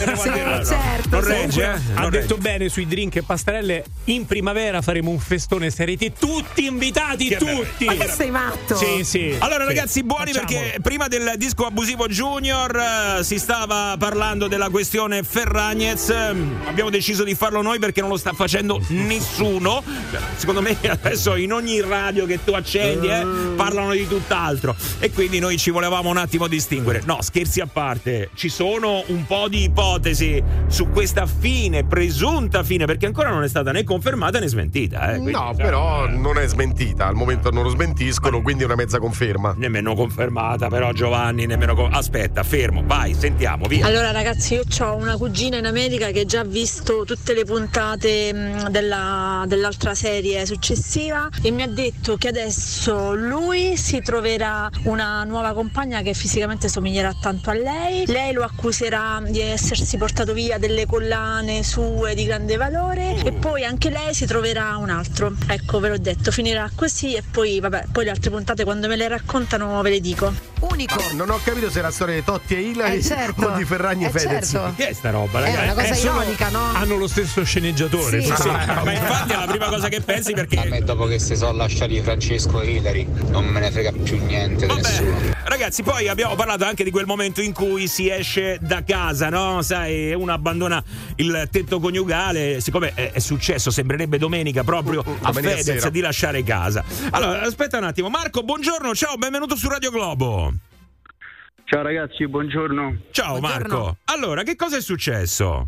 Certo. Non regge, Ha detto bene sui drink e pastarelle. In primavera faremo un festone, sarete tutti invitati, tutti. Ma che sei matto? Sì. Allora ragazzi, buoni, perché prima del disco abusivo Junior si stava parlando della questione Ferragnez. Abbiamo deciso di farlo noi perché non lo sta facendo nessuno. Secondo me adesso in ogni radio che tu accendi parlano di tutt'altro, e quindi noi ci volevamo un attimo distinguere. No, scherzi a parte, ci sono un po' di ipotesi su questa presunta fine, perché ancora non è stata né confermata né smentita. Quindi, no, però non è smentita, al momento non lo smentiscono, quindi è una mezza conferma. Nemmeno confermata, però Giovanni, aspetta, fermo, vai, sentiamo, via. Allora ragazzi, io ho una cugina in America che già ha visto tutte le puntate dell'altra serie successiva e mi ha detto che adesso lui si troverà una nuova compagna che fisicamente somiglierà tanto a lei lo accuserà di essersi portato via delle collane sue di grande valore e poi anche lei si troverà un altro. Ecco, ve l'ho detto, finirà così e poi poi le altre puntate quando me le raccontano ve le dico. Unico. Non ho capito se è la storia di Totti e Ilari o di Ferragni e Fedez. Certo. Che è sta roba, ragazzi? È una cosa ironica, no? Hanno lo stesso sceneggiatore. Sì. Ma infatti è la prima cosa che pensi, perché a me dopo che si sono lasciati Francesco e Ilari non me ne frega più niente di nessuno. Ragazzi, poi abbiamo parlato anche di quel momento in cui si esce da casa, no? Sai, uno abbandona il tetto coniugale, siccome è successo, sembrerebbe domenica proprio a Fedez sera, di lasciare casa. Allora, aspetta un attimo, Marco, buongiorno, ciao, benvenuto su Radio Globo. Ciao ragazzi, buongiorno. Ciao Marco. Allora, che cosa è successo?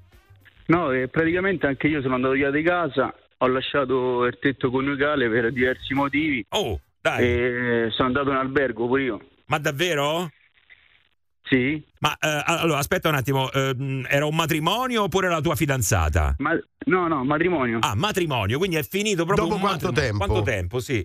No, praticamente anche io sono andato via di casa, ho lasciato il tetto coniugale per diversi motivi. Oh, dai. E sono andato in albergo pure io. Ma davvero? Sì. Ma allora, aspetta un attimo, era un matrimonio oppure la tua fidanzata? No, matrimonio. Ah, matrimonio, quindi è finito proprio. Dopo quanto tempo? Quanto tempo, sì.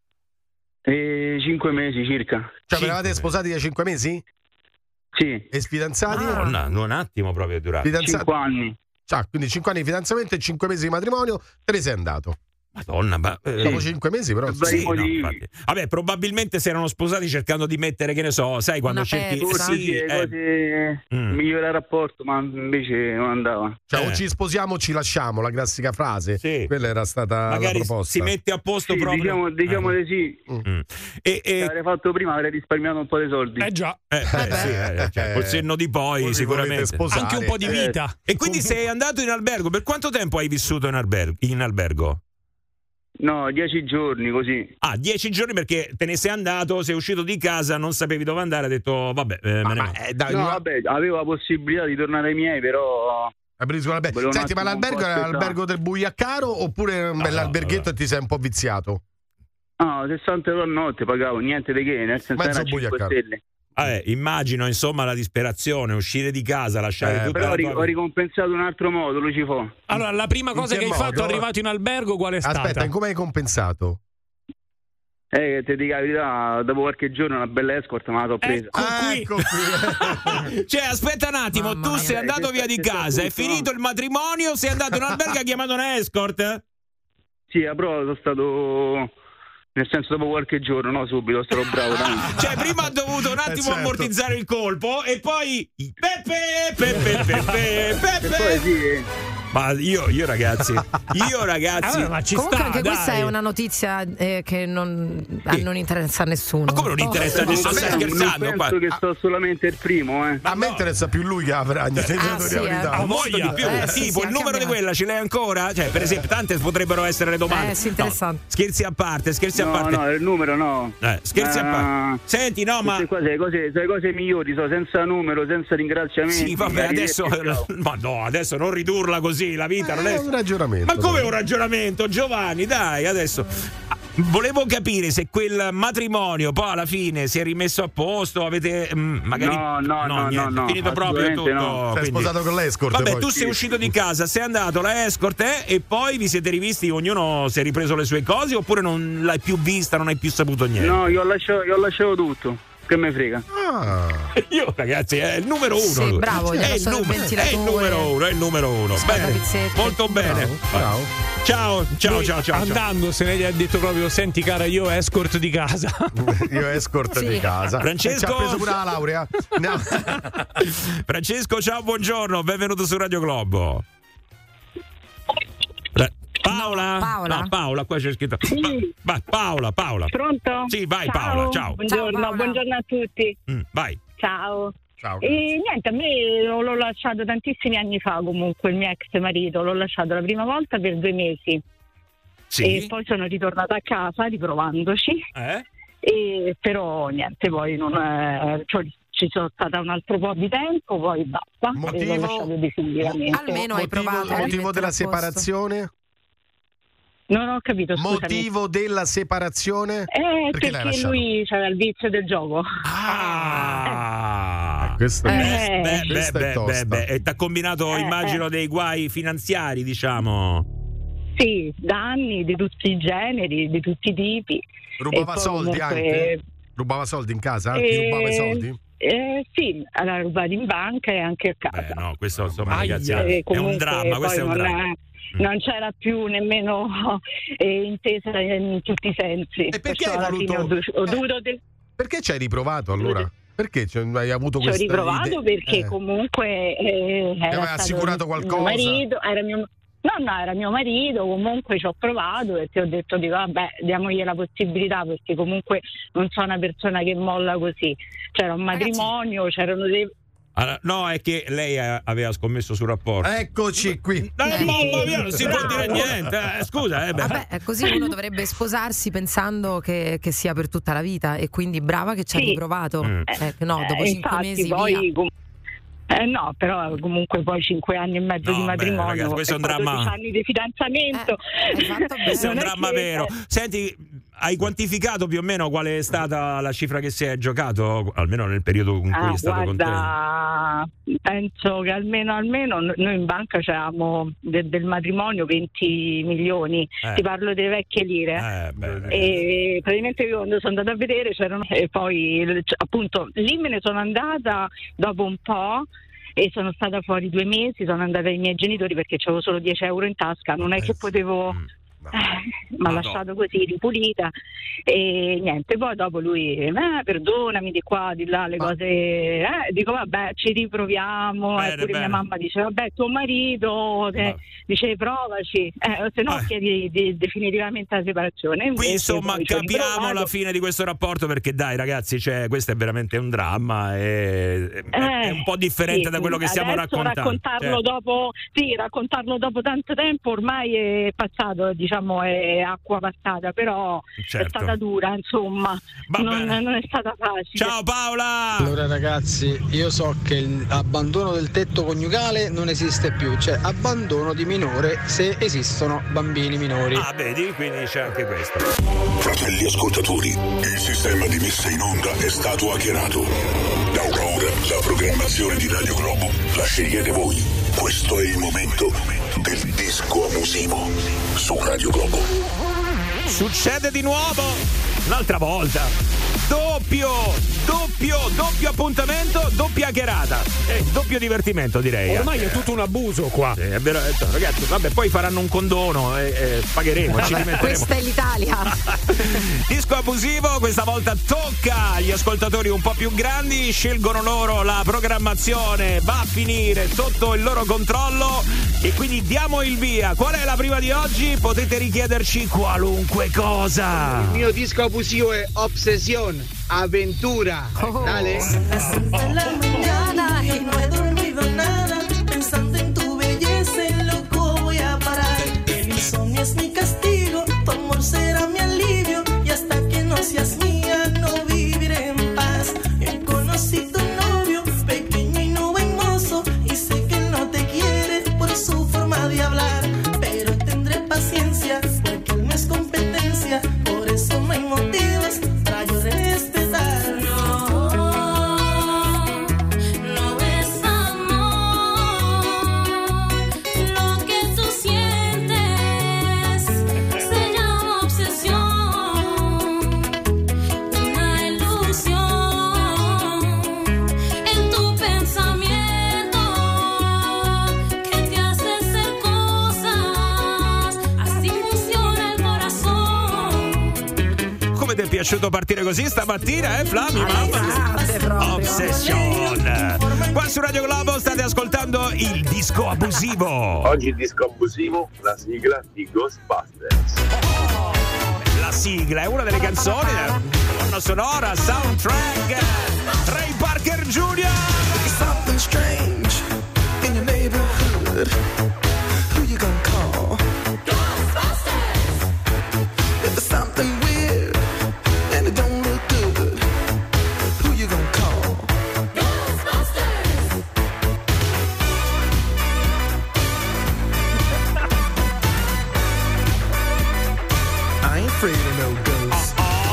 5 mesi circa. Cioè, eravate sposati da 5 mesi? Sì. E fidanzati? No, un attimo proprio è durato. 5 anni. Cioè, quindi 5 anni di fidanzamento e 5 mesi di matrimonio, te ne sei andato. Madonna, ma dopo 5 mesi però sì, no, infatti. Vabbè, probabilmente si erano sposati cercando di mettere, che ne so, sai, quando cerchi migliorare il rapporto, ma invece non andava. Cioè, o ci sposiamo o ci lasciamo, la classica frase. Sì. Quella era stata magari la proposta. Si mette a posto proprio. Diciamo di sì. Se avrei fatto prima avrei risparmiato un po' di soldi. Già. Cioè, col senno di poi sicuramente. Anche un po' di vita. E quindi sei andato in albergo. Per quanto tempo hai vissuto in albergo? No, 10 giorni così. 10 giorni perché te ne sei andato, sei uscito di casa, non sapevi dove andare, hai detto vabbè, vabbè, avevo la possibilità di tornare ai miei, però. Senti, ma l'albergo era l'albergo del Bugliaccaro oppure un bell'alberghetto e ti sei un po' viziato? No, 60 euro a notte pagavo, niente di che, nel senso era 5 stelle. Immagino insomma la disperazione, uscire di casa, lasciare tutto. Però ho ricompensato in un altro modo, Lucifò. Allora, la prima cosa che hai fatto arrivato in albergo qual è stata? Aspetta, come hai compensato? Ti dico la verità, dopo qualche giorno una bella escort me la so presa. Ecco qui. Cioè, aspetta un attimo, tu sei andato via di casa, è finito il matrimonio, sei andato in un albergo e hai chiamato una escort? Sì, a prova sono stato... Nel senso, dopo qualche giorno, no, subito, sarò bravo. Cioè, prima ha dovuto un attimo ammortizzare il colpo e poi Peppe. E poi sì. Ma io ragazzi, allora, ma comunque sta, anche questa è una notizia che non interessa a nessuno. Ma come non interessa a nessuno? Stai scherzando? Non penso che sto solamente il primo, Ma a me interessa più lui che la Fragna. A voglia più. Tipo il numero di quella ce l'hai ancora? Cioè, per esempio, tante potrebbero essere le domande. Sì, interessante. No, scherzi a parte. No, il numero no. Scherzi a parte. Senti, no, ma le cose migliori sono senza numero, senza ringraziamenti. Sì, vabbè, adesso non ridurla così. La vita non è un ragionamento. Ma come un ragionamento, Giovanni? Dai, adesso volevo capire se quel matrimonio poi alla fine si è rimesso a posto. Avete magari no, finito proprio tutto. No. Sei sposato con l'escort. Vabbè, poi. tu sei uscito di casa, sei andato alla escort e poi vi siete rivisti, ognuno si è ripreso le sue cose, oppure non l'hai più vista, non hai più saputo niente? No, io ho lasciato tutto. Che me frega. Io ragazzi è il numero uno. Sì, bravo, è il numero uno. Bene, molto bene. Bravo. Ciao. Andandosene gli ha detto proprio: senti cara, io escort di casa. Io escort di casa. Francesco, ci ha preso pure la laurea. No. Francesco, ciao, buongiorno, benvenuto su Radio Globo. Paola? No, Paola, qua c'è scritto. Sì. Paola. Pronto? Sì, vai. Ciao. Paola, ciao. Buongiorno a tutti. Vai. Ciao. Ciao. E niente, a me l'ho lasciato tantissimi anni fa comunque, il mio ex marito, l'ho lasciato la prima volta per 2 mesi. Sì. E poi sono ritornata a casa riprovandoci. E però niente, poi non ci sono stata un altro po' di tempo, poi basta. E l'ho lasciato definitivamente. Almeno hai provato. Il motivo della separazione? Non ho capito, scusami. Motivo della separazione? Perché lui c'aveva il vizio del gioco. Questo è e t'ha combinato, immagino, dei guai finanziari, diciamo. Sì, da anni, di tutti i generi, di tutti i tipi. Rubava soldi anche? Rubava soldi in casa? Ti rubava i soldi? Sì, allora rubati in banca e anche a casa. No, questo insomma, ragazzi, è un dramma. Questo è un dramma. Non c'era più nemmeno intesa in tutti i sensi. E perché hai voluto? Perché ci hai riprovato allora? Perché hai avuto questa idea? Ci ho riprovato perché comunque aveva assicurato qualcosa? Mio marito, era mio marito, comunque ci ho provato e ti ho detto, vabbè, diamogli la possibilità, perché comunque non sono una persona che molla così. C'era un matrimonio, c'erano dei... Allora, no, è che lei aveva scommesso sul rapporto. Eccoci qui. Mamma mia, non si può dire niente. Scusa, Vabbè, così uno dovrebbe sposarsi pensando che sia per tutta la vita, e quindi brava che ci ha riprovato. No, dopo 5 mesi poi, no, però comunque poi 5 anni e mezzo di matrimonio, ragazzi, questo è un dramma. 12 anni di fidanzamento. Questo è un dramma vero. Senti, hai quantificato più o meno qual è stata la cifra che si è giocato, almeno nel periodo in cui è stato con te? Penso che almeno noi in banca c'avevamo del matrimonio 20 milioni. Ti parlo delle vecchie lire. E praticamente io quando sono andata a vedere c'erano, e poi appunto lì me ne sono andata dopo un po'. E sono stata fuori 2 mesi, sono andata ai miei genitori perché c'avevo solo 10 euro in tasca, non è che potevo... mi ha lasciato così ripulita e niente. Poi dopo lui perdonami di qua di là le cose, dico vabbè, ci riproviamo. E pure mia mamma dice vabbè, tuo marito dice provaci, se no chiedi definitivamente la separazione. Qui insomma capiamo la fine di questo rapporto, perché dai ragazzi, questo è veramente un dramma, è un po' differente da quello che stiamo raccontando. Raccontarlo dopo tanto tempo ormai è passato, diciamo, è acqua passata, però è stata dura, insomma, non è stata facile. Ciao Paola! Allora ragazzi, io so che l'abbandono del tetto coniugale non esiste più, c'è abbandono di minore se esistono bambini minori. Vedi, quindi c'è anche questo. Fratelli ascoltatori, il sistema di messa in onda è stato hackerato. Da ora la programmazione di Radio Globo la scegliete voi. Questo è il momento del disco abusivo su Radio Globo. Succede di nuovo! un'altra volta. Doppio appuntamento, doppia chiacchierata e doppio divertimento, direi. Ormai è tutto un abuso qua. Sì, è vero, ragazzi, vabbè, poi faranno un condono e pagheremo, ci rimetteremo. Questa è l'Italia. Disco abusivo, questa volta tocca agli ascoltatori un po' più grandi, scelgono loro la programmazione, va a finire sotto il loro controllo e quindi diamo il via. Qual è la prima di oggi? Potete richiederci qualunque cosa. Il mio disco abusivo è Obsesión, Aventura. Dale. La mañana y no he dormido nada, pensando en tu belleza, en loco voy a parar. El insomnio es mi castigo, tu amor será mi alivio, y hasta que no seas mía no viviré en paz. Yo conocí tu novio, pequeño y no buen mozo, y sé que él no te quiere por su forma de hablar, pero tendré paciencia porque él no es competencia, por eso no hay motivos para yo respetar. Ti è piaciuto partire così stamattina, Flami? Obsession. Qua su Radio Globo state ascoltando il disco abusivo. Oggi il disco abusivo, la sigla di Ghostbusters. La sigla è una delle canzoni della colonna sonora, soundtrack. Ray Parker Jr. Something strange in your neighborhood. Who you gonna call? Ghostbusters. If there's something weird and it don't look good, who you gonna call? Ghostbusters. I ain't afraid of no ghosts.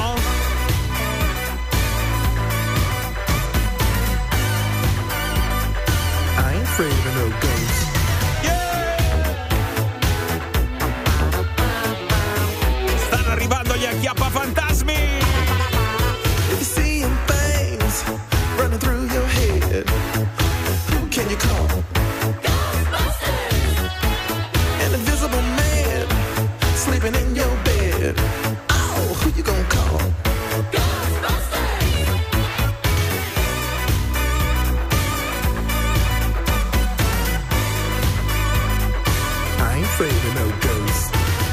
I ain't afraid of no ghosts. Stanno arrivando gli acchiappafantasmi. If you're seeing things running through your head, who can you call? Ghostbusters! An invisible man sleeping in your bed. Oh, who you gonna call? Ghostbusters! I ain't afraid of no ghosts.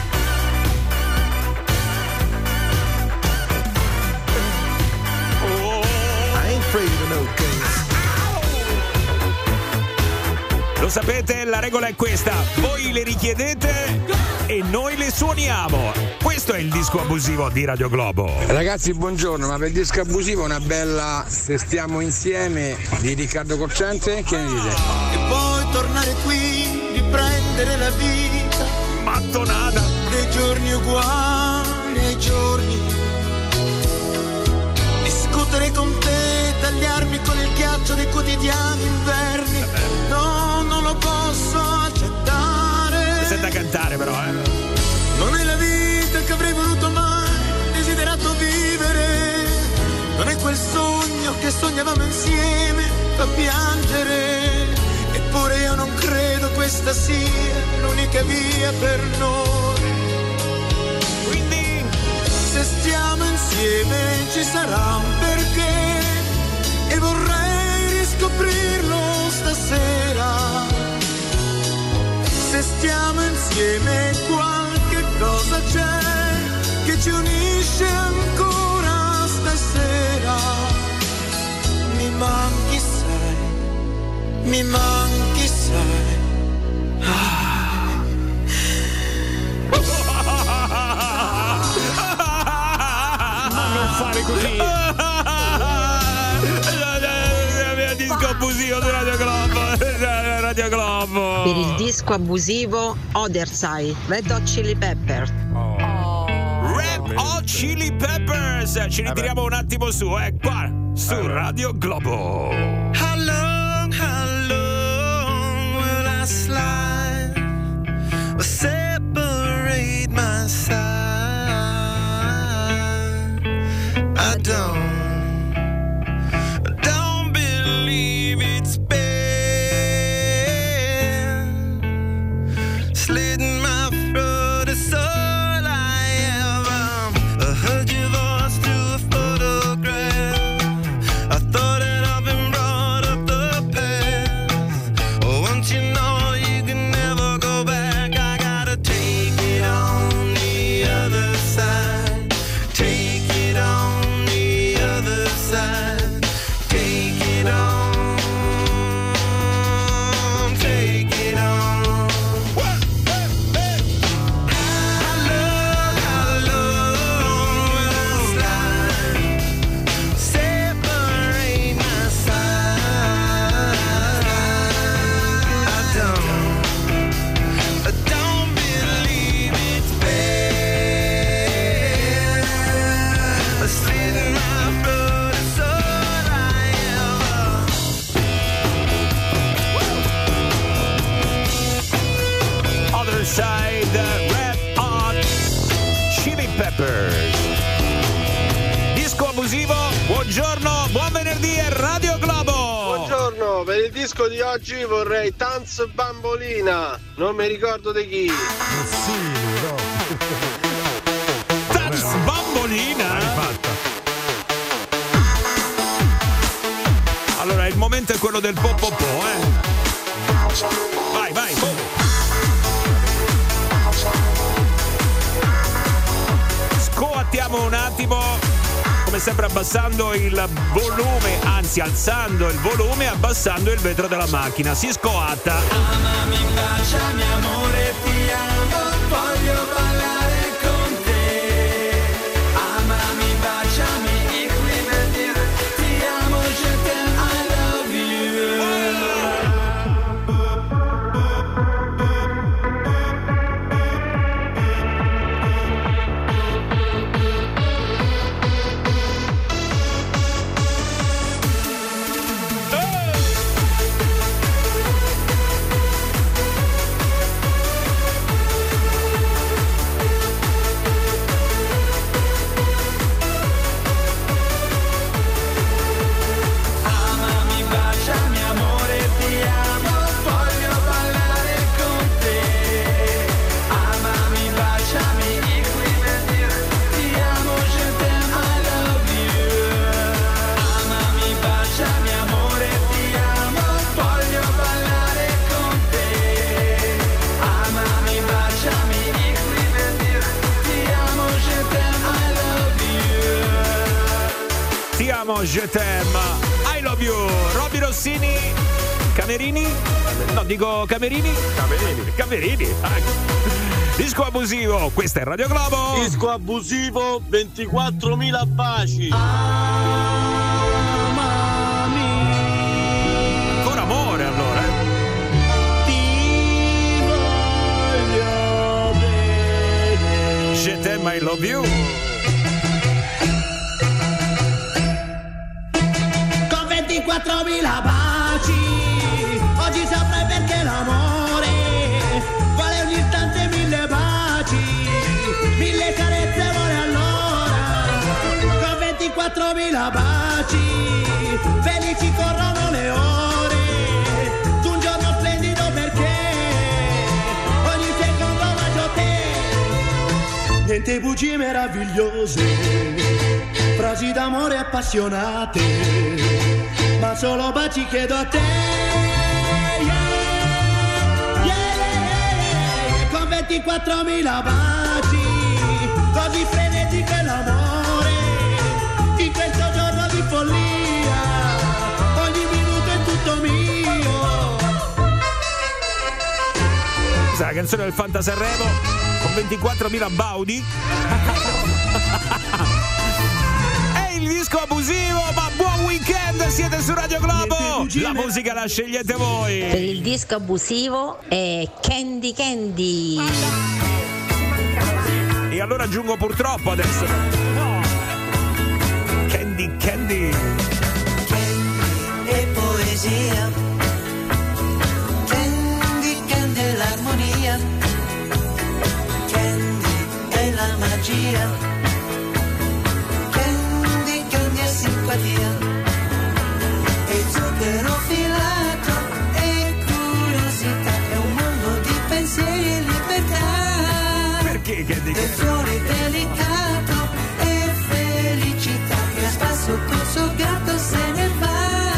Lo sapete, la regola è questa: voi le richiedete e noi le suoniamo. Questo è il disco abusivo di Radio Globo. Ragazzi, buongiorno, ma per il disco abusivo una bella Se stiamo insieme di Riccardo Cocciante, che ne dite? E poi tornare qui, riprendere la vita mattonata dei giorni uguali ai giorni, discutere con te, tagliarmi con il ghiaccio dei quotidiani inverni. No, non lo posso accettare. Senta cantare però, Non è la vita che avrei voluto mai desiderato vivere, non è quel sogno che sognavamo insieme, fa piangere. Eppure io non credo questa sia l'unica via per noi. Quindi se stiamo insieme ci sarà un perché, e vorrei riscoprirlo stasera. Se stiamo insieme qualche cosa c'è che ci unisce ancora stasera. Mi manchi, sai, mi manchi, sai. Ma non fare così. Disco abusivo di Radio Globo. Radio Globo. Per il disco abusivo Other Side, Red Hot Chili Peppers. Red Hot Chili Peppers. Ci ritiriamo un attimo su, qua su Radio Globo. How long will I slide or separate my side? Peppers. Disco abusivo, buongiorno, buon venerdì e Radio Globo. Buongiorno, per il disco di oggi vorrei Tanz Bambolina, non mi ricordo di chi. Tanz Bambolina? Allora, il momento è quello del po', Vai, vai. Scoattiamo un attimo, come sempre abbassando il volume, anzi alzando il volume e abbassando il vetro della macchina. Si scoatta. Amami, baciami, amore, ti amo, voglio ballare con te. Amami, baciami, ich liebe dir, ti amo, je t'aime, I love you. Je t'aime, I love you. Robby Rossini, Camerini? No, dico Camerini? Camerini. Disco abusivo, questa è Radio Globo. Disco abusivo, 24.000 baci. Ancora amore allora. Ti voglio bene. Je t'aime, I love you. 24.000 baci, oggi saprai perché l'amore vale ogni istante 1000 baci, 1000 carezze vuole allora, con 24.000 baci, felici corrono le ore, tu un giorno splendido perché ogni secondo bacio te, niente bugie meravigliose, frasi d'amore appassionate, ma solo baci chiedo a te, con 24.000 baci, così frenetico è l'amore, in questo giorno di follia, ogni minuto è tutto mio. Questa è la canzone del Fanta Sanremo, con 24.000 baudi. È il disco abusivo, ma buon weekend, siete su Radio Globo, la musica la scegliete voi. Per il disco abusivo è Candy Candy. E allora aggiungo purtroppo adesso. No. Candy Candy. Candy e poesia, Candy Candy è l'armonia, Candy è la magia, simpatia e zucchero filato e curiosità, è un mondo di pensieri e libertà. Perché Candy? E fiore delicato e felicità che a spasso col suo gatto se ne va.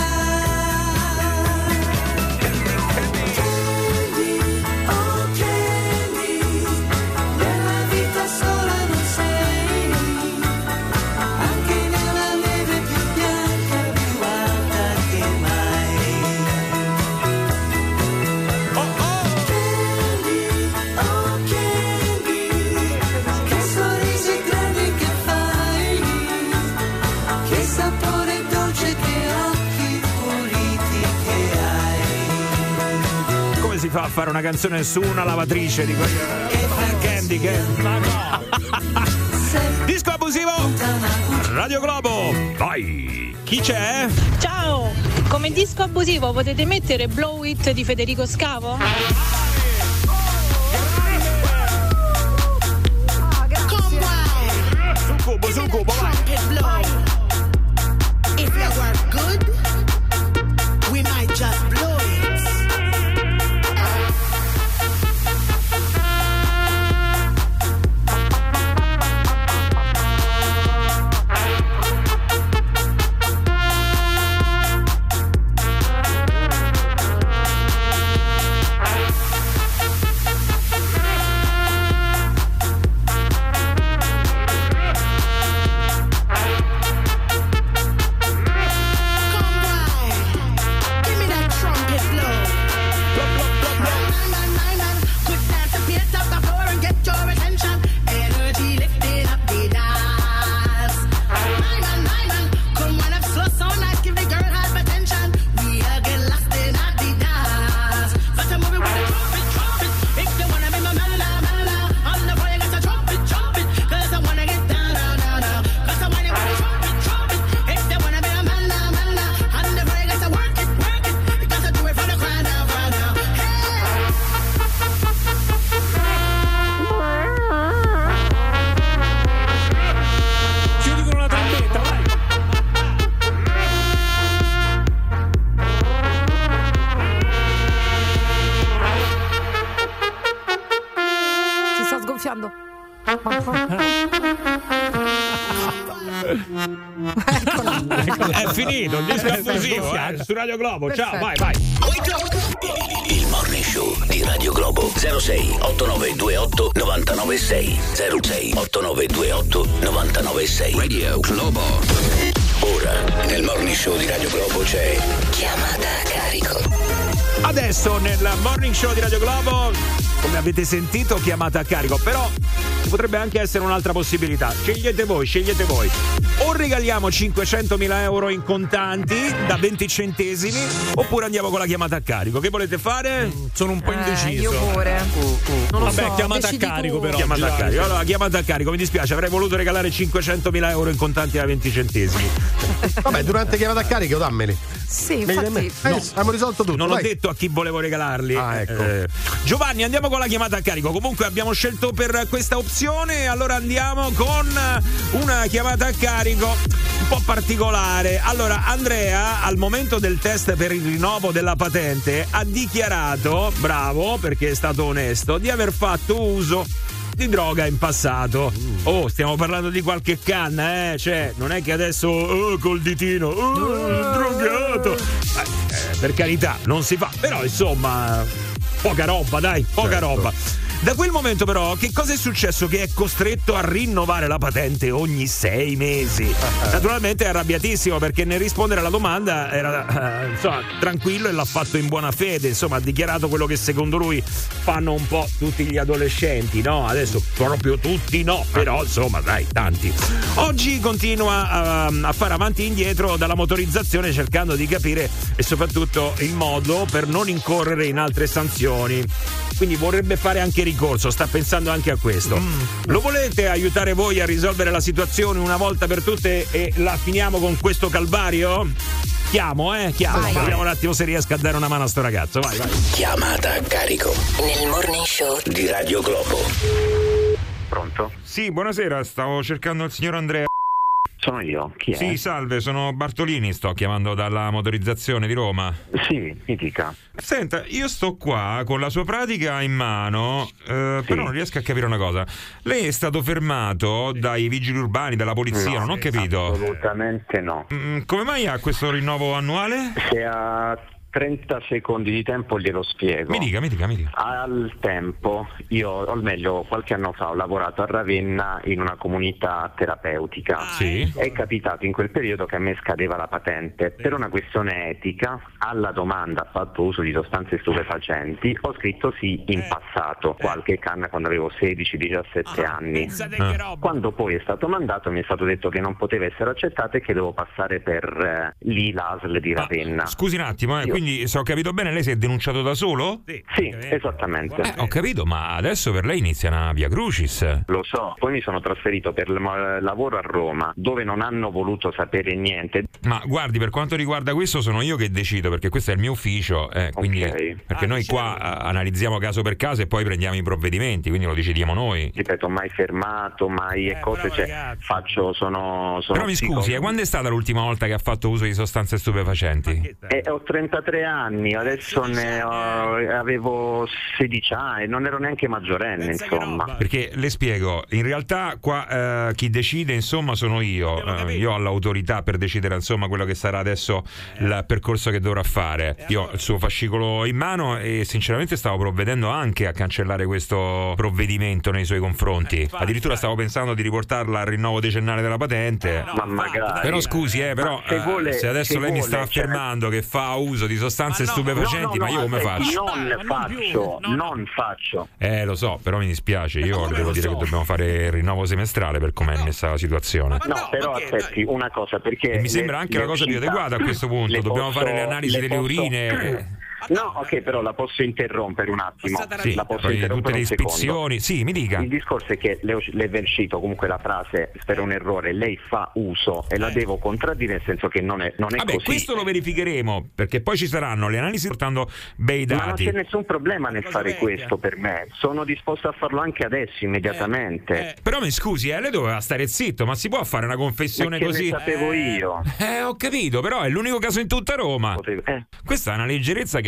Candy, oh Candy, nella vita sola non sei, anche nella neve più bianca, più alta che mai. Candy, che sorrisi grandi che fai, che sapore dolce, che occhi puliti che hai. Come si fa a fare una canzone su una lavatrice di Candy Candy? Ma no! Disco abusivo, Radio Globo, vai! Chi c'è? Ciao! Come disco abusivo potete mettere Blow It di Federico Scavo? sta sgonfiando. È finito il disco affusivo su Radio Globo. Perfetto. Ciao, vai. Il Morning Show di Radio Globo. 06 8928 996 06 8928 996 Radio Globo. Ora nel Morning Show di Radio Globo c'è Chiamata a carico. Adesso nel Morning Show di Radio Globo, come avete sentito, chiamata a carico, però ci potrebbe anche essere un'altra possibilità. Scegliete voi. O regaliamo 500.000 euro in contanti da 20 centesimi, oppure andiamo con la chiamata a carico. Che volete fare? Sono un po' indeciso. Io pure. Non lo so, chiamata a carico però. Chiamata a carico. Allora, chiamata a carico, mi dispiace, avrei voluto regalare 500.000 euro in contanti da 20 centesimi. Vabbè, durante chiamata a carico dammeli. Sì, infatti. Abbiamo risolto tutto. Non ho detto a chi volevo regalarli. Ecco. Giovanni, andiamo con la chiamata a carico. Comunque abbiamo scelto per questa opzione, allora andiamo con una chiamata a carico un po' particolare. Allora, Andrea, al momento del test per il rinnovo della patente, ha dichiarato, bravo perché è stato onesto, di aver fatto uso di droga in passato. Stiamo parlando di qualche canna, cioè non è che adesso col ditino drogato, per carità, non si fa, però insomma poca roba, dai, poca roba. Da quel momento però che cosa è successo? Che è costretto a rinnovare la patente ogni 6 mesi. Naturalmente è arrabbiatissimo perché nel rispondere alla domanda era tranquillo e l'ha fatto in buona fede, insomma ha dichiarato quello che secondo lui fanno un po' tutti gli adolescenti, no? Adesso proprio tutti no, però insomma dai, tanti. Oggi continua a fare avanti e indietro dalla motorizzazione cercando di capire e soprattutto il modo per non incorrere in altre sanzioni. Quindi vorrebbe fare anche ricorso, sta pensando anche a questo. Lo volete aiutare voi a risolvere la situazione una volta per tutte e la finiamo con questo calvario? Chiamo. Vediamo un attimo se riesco a dare una mano a sto ragazzo. Vai. Chiamata a carico Nel Morning Show di Radio Globo. Pronto? Sì, buonasera, stavo cercando il signor Andrea. Sono io, chi è? Sì, salve, sono Bartolini, sto chiamando dalla motorizzazione di Roma. Sì, mi dica. Senta, io sto qua con la sua pratica in mano, però non riesco a capire una cosa. Lei è stato fermato dai vigili urbani, dalla polizia, non ho capito. Assolutamente no. Come mai ha questo rinnovo annuale? Se ha 30 secondi di tempo glielo spiego. Mi dica. Al tempo, o meglio qualche anno fa, ho lavorato a Ravenna in una comunità terapeutica. Sì. È capitato in quel periodo che a me scadeva la patente. Per una questione etica, alla domanda ha fatto uso di sostanze stupefacenti, ho scritto sì in passato, qualche canna quando avevo 16-17 anni. Quando poi è stato mandato mi è stato detto che non poteva essere accettato e che devo passare per lì l'ASL di Ravenna. Scusi un attimo, quindi se ho capito bene lei si è denunciato da solo? Sì, esattamente. Ho capito, ma adesso per lei inizia una via crucis. Lo so, poi mi sono trasferito per lavoro a Roma, dove non hanno voluto sapere niente. Ma guardi, per quanto riguarda questo sono io che decido, perché questo è il mio ufficio, quindi perché noi qua analizziamo caso per caso e poi prendiamo i provvedimenti, quindi lo decidiamo noi. Ripeto, mai fermato, mai cose, sono Però mi scusi, quando è stata l'ultima volta che ha fatto uso di sostanze stupefacenti? Ho 33 anni, adesso avevo 16 anni, non ero neanche maggiorenne, insomma. Perché le spiego, in realtà qua chi decide insomma sono io ho l'autorità per decidere insomma quello che sarà adesso il percorso che dovrà fare. Io ho il suo fascicolo in mano e sinceramente stavo provvedendo anche a cancellare questo provvedimento nei suoi confronti. Addirittura stavo pensando di riportarla al rinnovo decennale della patente. Ma magari. Però scusi, se adesso lei mi sta affermando che fa uso di sostanze stupefacenti, ma io come faccio? Non faccio. Lo so, però mi dispiace, io le devo dire che dobbiamo fare il rinnovo semestrale per come è messa la situazione. No, però aspetti una cosa, perché mi sembra anche la cosa più adeguata a questo punto. Dobbiamo fare le analisi delle urine. No, ok, però la posso interrompere un attimo. Sì, la posso poi interrompere tutte le ispezioni. Sì, mi dica. Il discorso è che le è uscito comunque la frase per un errore, lei fa uso e la devo contraddire, nel senso che non è così. Questo lo verificheremo, perché poi ci saranno le analisi portando bei dati. Ma non c'è nessun problema nel fare questo per me. Sono disposto a farlo anche adesso, immediatamente. Però mi scusi, lei doveva stare zitto, ma si può fare una confessione così? Ne sapevo io. Ho capito, però è l'unico caso in tutta Roma. Questa è una leggerezza che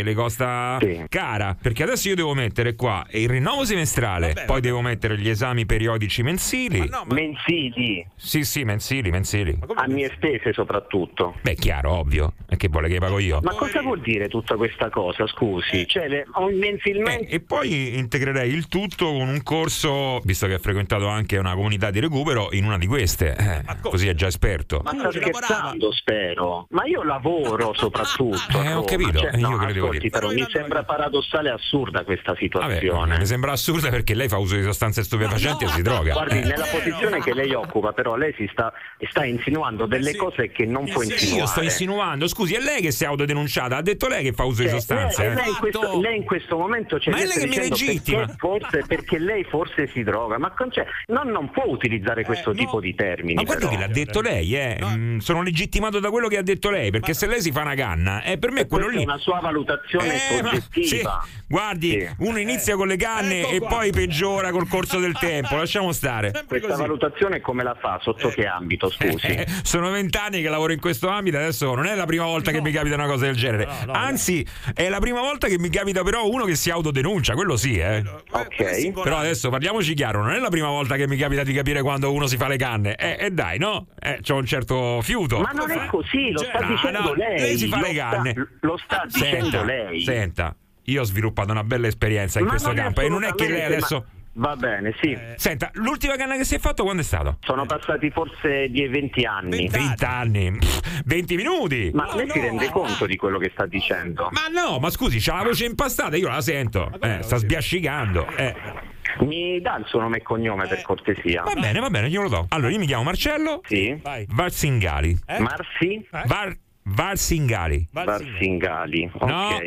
le costa cara, perché adesso io devo mettere qua il rinnovo semestrale, poi devo mettere gli esami periodici mensili. Mensili? Sì, mensili. A mie spese soprattutto. Beh, chiaro, ovvio. E che vuole che pago io? Ma cosa vuol dire tutta questa cosa, scusi? Cioè, mensilmente... E poi integrerei il tutto con un corso, visto che ha frequentato anche una comunità di recupero, in una di queste. Così è già esperto. Ma sta scherzando, spero. Ma io lavoro soprattutto. Ho capito. Cioè, io che le devo dire. Però mi sembra paradossale e assurda questa situazione. Vabbè, mi sembra assurda perché lei fa uso di sostanze stupefacenti e si droga. Guardi, nella posizione che lei occupa, però lei sta insinuando delle cose che non può insinuare. Io sto insinuando, scusi, è lei che si è autodenunciata, ha detto lei che fa uso di sostanze. Lei in questo momento ma è lei che mi legittima. Perché lei forse si droga, ma non può utilizzare questo tipo di termini. Ma guardi che l'ha detto lei, sono legittimato da quello che ha detto lei, perché se lei si fa una canna, per me quello lì è una sua valutazione soggettiva. Guardi, uno inizia con le canne e poi peggiora col corso del tempo, lasciamo stare. Questa valutazione come la fa? Sotto che ambito, scusi? Sono 20 anni che lavoro in questo ambito, adesso non è la prima volta che mi capita una cosa del genere. Anzi, è la prima volta che mi capita però uno che si autodenuncia, quello sì, Ok. Però adesso parliamoci chiaro, non è la prima volta che mi capita di capire quando uno si fa le canne. Dai, no? C'ho un certo fiuto. Ma non è così, lo sta dicendo lei. Lei si fa le canne. Lo sta dicendo lei. Senta, io ho sviluppato una bella esperienza in questo campo e non è che lei adesso... Va bene, sì. Senta, l'ultima canna che si è fatto quando è stato? Sono passati forse 20 anni. 20 anni? 20 minuti? Ma lei si rende conto di quello che sta dicendo? Ma no, ma scusi, c'ha la voce impastata, io la sento. Sta sbiascicando. Mi dà il suo nome e cognome per cortesia? Va bene, glielo do. Allora, io mi chiamo Marcello. Sì. Varsingali. Marsi? Varsingali. Varsingali. Ok. No.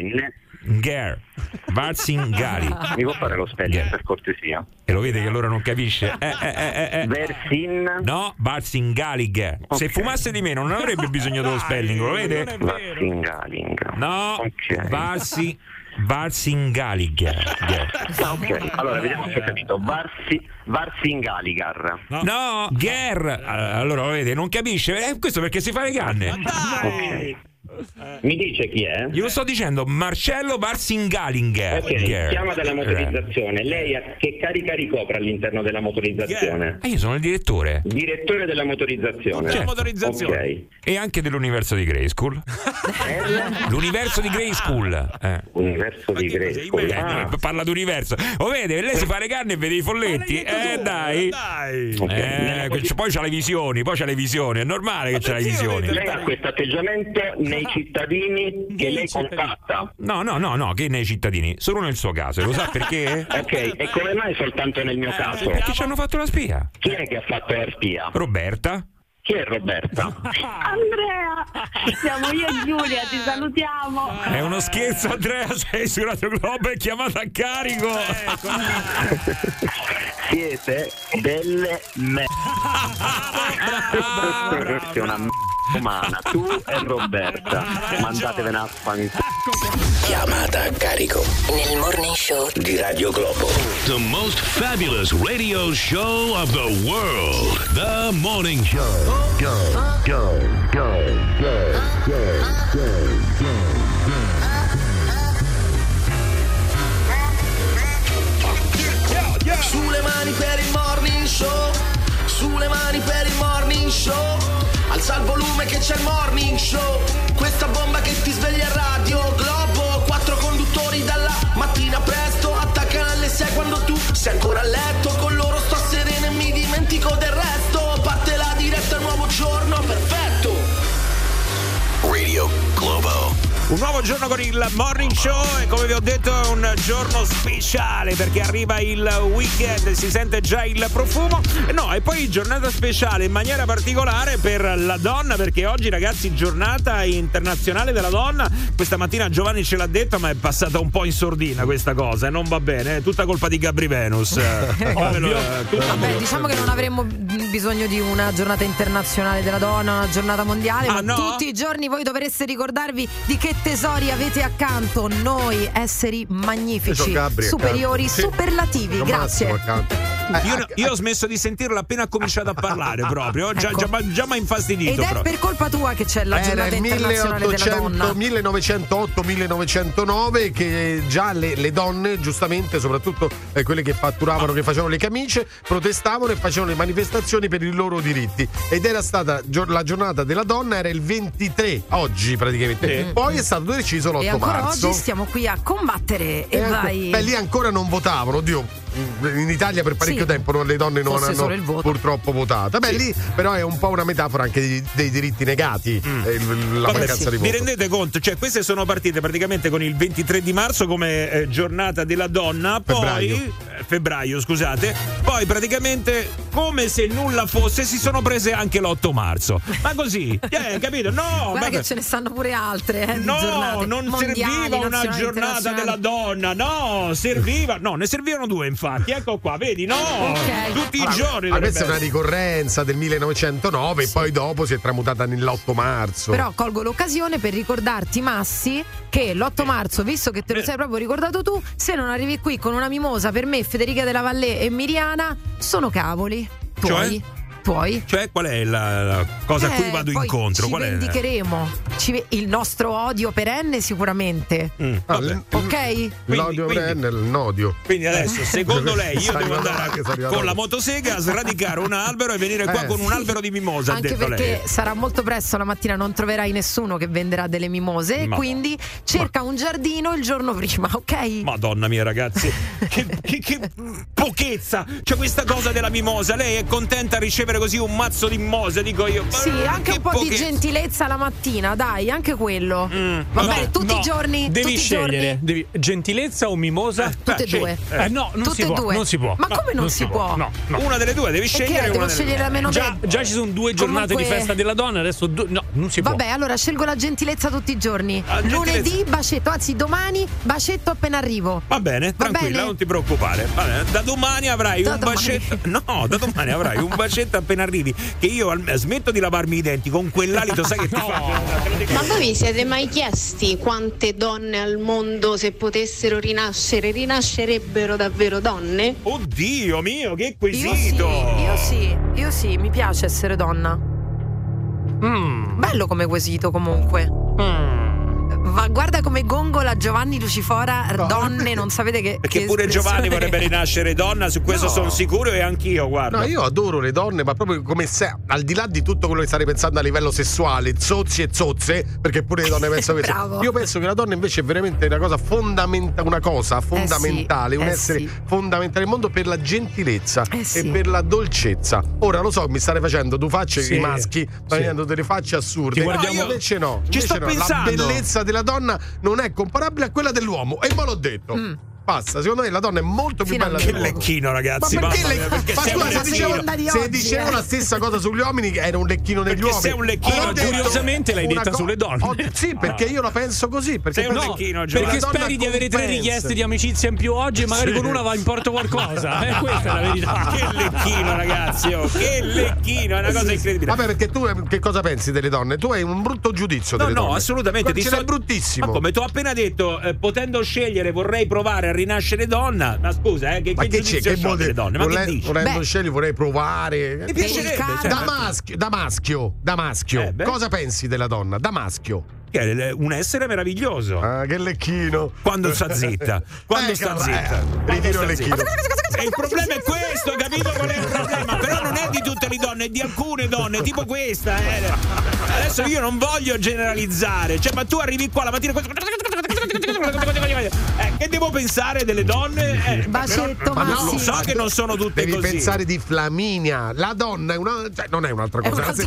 Varsingali. Mi può fare lo spelling per cortesia? E lo vede che allora non capisce? Versin? No, Varsingali. Okay. Se fumasse di meno non avrebbe bisogno dello spelling, lo vede? Varsingali. No, okay. Varsingaligher. Ok, allora vediamo se ho capito. Varsingaligar. No, Ger. Allora lo vede, non capisce? Questo perché si fa le canne. Ok. Mi dice chi è? Glielo sto dicendo, Marcello Varsingalinger. Ok, chiama della motorizzazione. Lei che carica ricopre all'interno della motorizzazione? Io sono il direttore. Direttore della motorizzazione. Della motorizzazione. Okay. E anche dell'universo di Grayskull. L'universo di Grayskull. Universo di Grayskull. Parla d'universo. Lo vede, lei si fa le canne e vede i folletti. Dai. Okay. Poi c'ha le visioni, è normale che c'ha le visioni. Lei ha questo atteggiamento nei cittadini che lei contatta? No, che nei cittadini, solo nel suo caso, lo sa perché? Ok, e come mai soltanto nel mio caso? Perché ci hanno fatto la spia. Chi è che ha fatto la spia? Roberta. Chi è Roberta? Andrea, siamo io e Giulia, ti salutiamo. È uno scherzo, Andrea, sei su Radio Globo e chiamata a carico. Siete delle Sei una umana, tu e Roberta. Mandatevene a fanculo. Chiamata a carico nel Morning Show di Radio Globo. The most fabulous radio show of the world. The Morning Show. Go. Sulle mani per il Morning Show. Sulle mani per il Morning Show. Alza il volume che c'è il Morning Show. Questa bomba che ti sveglia a Radio Globo. 4 conduttori dalla mattina presto. Attaccano alle 6 quando tu sei ancora a letto. Con loro sto sereno e mi dimentico del resto. Parte la diretta, nuovo giorno perfetto. Radio Globo. Un nuovo giorno con il Morning Show e come vi ho detto è un giorno speciale perché arriva il weekend, si sente già il profumo. E poi giornata speciale in maniera particolare per la donna, perché oggi ragazzi giornata internazionale della donna. Questa mattina Giovanni ce l'ha detto ma è passata un po' in sordina questa cosa e non va bene, è tutta colpa di Gabri Venus. Vabbè, diciamo che non avremmo bisogno di una giornata internazionale della donna, una giornata mondiale, ma tutti i giorni voi dovreste ricordarvi di che tesori avete accanto, noi esseri magnifici, superiori, superlativi. Grazie. Io ho smesso di sentirla appena ha cominciato a parlare proprio. Già mi ha infastidito. Ed è per colpa tua che c'è la giornata internazionale della donna. 1908-1909 che già le donne, giustamente, soprattutto quelle che fatturavano, che facevano le camicie, protestavano e facevano le manifestazioni per i loro diritti. Ed era stata la giornata della donna, era il 23, oggi praticamente. Poi è stato deciso l'8 e ancora marzo. Oggi stiamo qui a combattere e vai. Beh, lì ancora non votavano, oddio. In Italia per parecchio tempo le donne non hanno purtroppo votato. Beh, lì però è un po' una metafora anche dei diritti negati, la mancanza di voto. Vi rendete conto? Cioè, queste sono partite praticamente con il 23 di marzo come giornata della donna, poi febbraio, scusate, poi praticamente come se nulla fosse si sono prese anche l'8 marzo. Ma così, capito? No, guarda che ce ne stanno pure altre. No, non serviva una giornata della donna, no, ne servivano due, infatti. Ecco qua, vedi, tutti i giorni. Ma questa è una ricorrenza del 1909 e poi dopo si è tramutata nell'8 marzo. Però colgo l'occasione per ricordarti, Massi, che l'8 marzo, visto che te lo sei proprio ricordato tu, se non arrivi qui con una mimosa per me, Federica della Vallée e Miriana, sono cavoli tuoi. Cioè, qual è la cosa a cui vado incontro? Ci vendicheremo il nostro odio perenne sicuramente. Ok? L'odio perenne, il nodio. Quindi adesso, secondo lei, io devo andare con la motosega a sradicare un albero e venire qua con un albero di mimosa. Anche perché sarà molto presto la mattina, non troverai nessuno che venderà delle mimose, quindi cerca un giardino il giorno prima, ok? Madonna mia, ragazzi, che pochezza! C'è questa cosa della mimosa. Lei è contenta a ricevere così un mazzo di mimosa, dico io. Sì, anche un po' di gentilezza la mattina, dai, anche quello. Va bene, tutti i giorni. Devi scegliere. Gentilezza o mimosa? Tutte e due. No, non si può. Ma come non si può? No. Una delle due, devi scegliere. Devo scegliere la meno già ci sono 2 giornate di festa della donna, adesso no, non si può. Vabbè, allora scelgo la gentilezza tutti i giorni. Lunedì bacetto, anzi domani bacetto appena arrivo. Va bene, tranquilla, non ti preoccupare. Da domani avrai un bacetto. No, da domani avrai un bacetto appena arrivi, che io smetto di lavarmi i denti con quell'alito, sai che ti fa? Ma voi vi siete mai chiesti quante donne al mondo, se potessero rinascerebbero davvero donne? Oddio mio, che quesito! Io sì, mi piace essere donna. Bello come quesito comunque. Guarda come gongola Giovanni Lucifora, donne, non sapete che. Perché pure Giovanni vorrebbe rinascere donna, su questo sono sicuro, e anch'io, guarda. No, io adoro le donne, ma proprio come se, al di là di tutto quello che starei pensando a livello sessuale, zozzi e zozze, perché pure le donne pensano questo. Io penso che la donna invece è veramente una cosa fondamentale, un essere fondamentale nel mondo per la gentilezza e per la dolcezza. Ora lo so, mi state facendo tu facce i maschi, facendo delle facce assurde. No, io invece no. Ci sto pensando. La bellezza della donna non è comparabile a quella dell'uomo, e me l'ho detto. Basta, secondo me la donna è molto più bella dell'uomo. Che lecchino, ragazzi. Ma perché se dicevo la stessa cosa sugli uomini, era un lecchino negli uomini. Sei un lecchino, curiosamente l'hai detta sulle donne. Sì, perché io la penso così. Perché sei un lecchino, perché speri di avere 3 richieste di amicizia in più oggi e magari con una va in porto qualcosa. Questa è la verità. Che lecchino, ragazzi. Che lecchino, è una cosa incredibile. Vabbè, perché tu che cosa pensi delle donne? Tu hai un brutto giudizio delle donne. No, assolutamente. È bruttissimo. Ma come tu ho appena detto, potendo scegliere, vorrei provare a rinascere donna. Ma scusa, che giudizio c'ho delle donne? Ma che dici? Volendo scegliere, vorrei provare. Mi piacerebbe. Da maschio. Cosa pensi della donna? Da maschio. Che è un essere meraviglioso. Ah, che lecchino. Quando sta zitta. Ritiro il lecchino. E il problema è questo, capito qual è il problema? Però non è di tutte le donne, è di alcune donne, tipo questa. Adesso io non voglio generalizzare, cioè, ma tu arrivi qua la mattina che devo pensare delle donne? Bacetto, ma no, so che non sono tutte devi così. Devi pensare di Flaminia. La donna è non è un'altra cosa. Non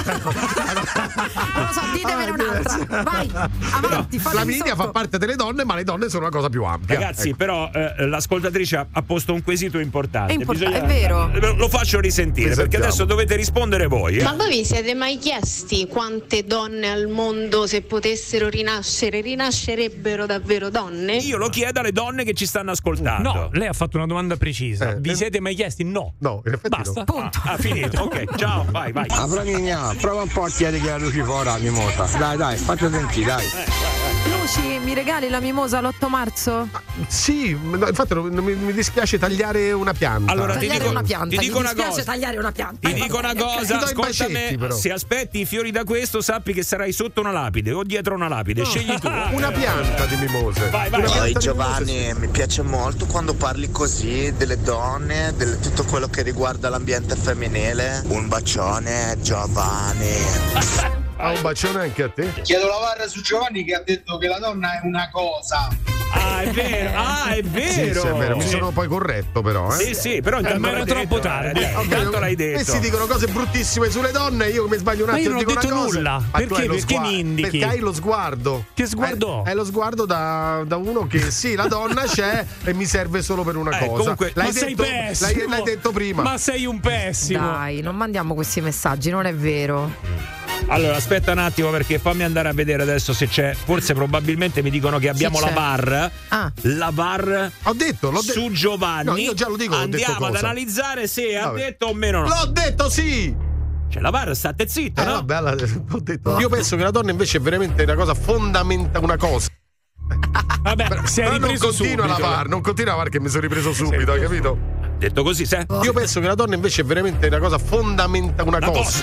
lo so, ditemene un'altra. Vai, avanti. Flaminia fa parte delle donne, ma le donne sono una cosa più ampia. Ragazzi, però l'ascoltatrice ha posto un quesito importante. È vero. Lo faccio risentire, perché adesso dovete rispondere voi. Ma voi vi siete mai chiesti quante donne al mondo, se potessero rinascerebbero davvero donne? Io lo chiedo alle donne che ci stanno ascoltando. No, lei ha fatto una domanda precisa. Vi siete mai chiesti? No. No, in effetti basta. No. Punto. Finito. Ok, ciao, vai. Flaminia, prova un po' a chiedere che la luci fuori la mimosa. Dai, faccio sentire, dai. Luci, mi regali la mimosa l'8 marzo? Sì, infatti mi dispiace tagliare una pianta. Allora ti dico una cosa. Tagliare una pianta. Ti dico una cosa, ascolta me, se aspetti i fiori da questo, sappi che sarai sotto una lapide o dietro una lapide. Scegli tu. Una pianta di mimose. Vai. Poi Giovanni, mi piace molto quando parli così delle donne, tutto quello che riguarda l'ambiente femminile. Un bacione, Giovanni. Un bacione anche a te. Chiedo la barra su Giovanni che ha detto che la donna è una cosa. È vero. Sì, è vero. Mi sono poi corretto però. Sì, però intanto era troppo tardi. Intanto l'hai detto. Questi dicono cose bruttissime sulle donne, io mi sbaglio un attimo. Ma io non ho detto nulla. Perché mi indichi? Perché hai lo sguardo. Che sguardo? Hai lo sguardo da uno che sì, la donna c'è e mi serve solo per una cosa. Comunque, sei pessimo. L'hai detto prima. Ma sei un pessimo. Dai, non mandiamo questi messaggi, non è vero. Allora aspetta un attimo, perché fammi andare a vedere adesso se c'è. Forse probabilmente mi dicono che abbiamo la VAR. La VAR. L'ho detto su Giovanni. No, io già lo dico. Andiamo ad analizzare se ha detto o meno no. L'ho detto, sì. Cioè la VAR, state zitto, no? Vabbè, ho detto. Io penso che la donna invece è veramente una cosa fondamentale, una cosa. Vabbè, si è ripreso subito. Non continua la VAR che mi sono ripreso subito, hai capito? Detto così, se? Io penso che la donna invece è veramente una cosa fondamentale, una cosa.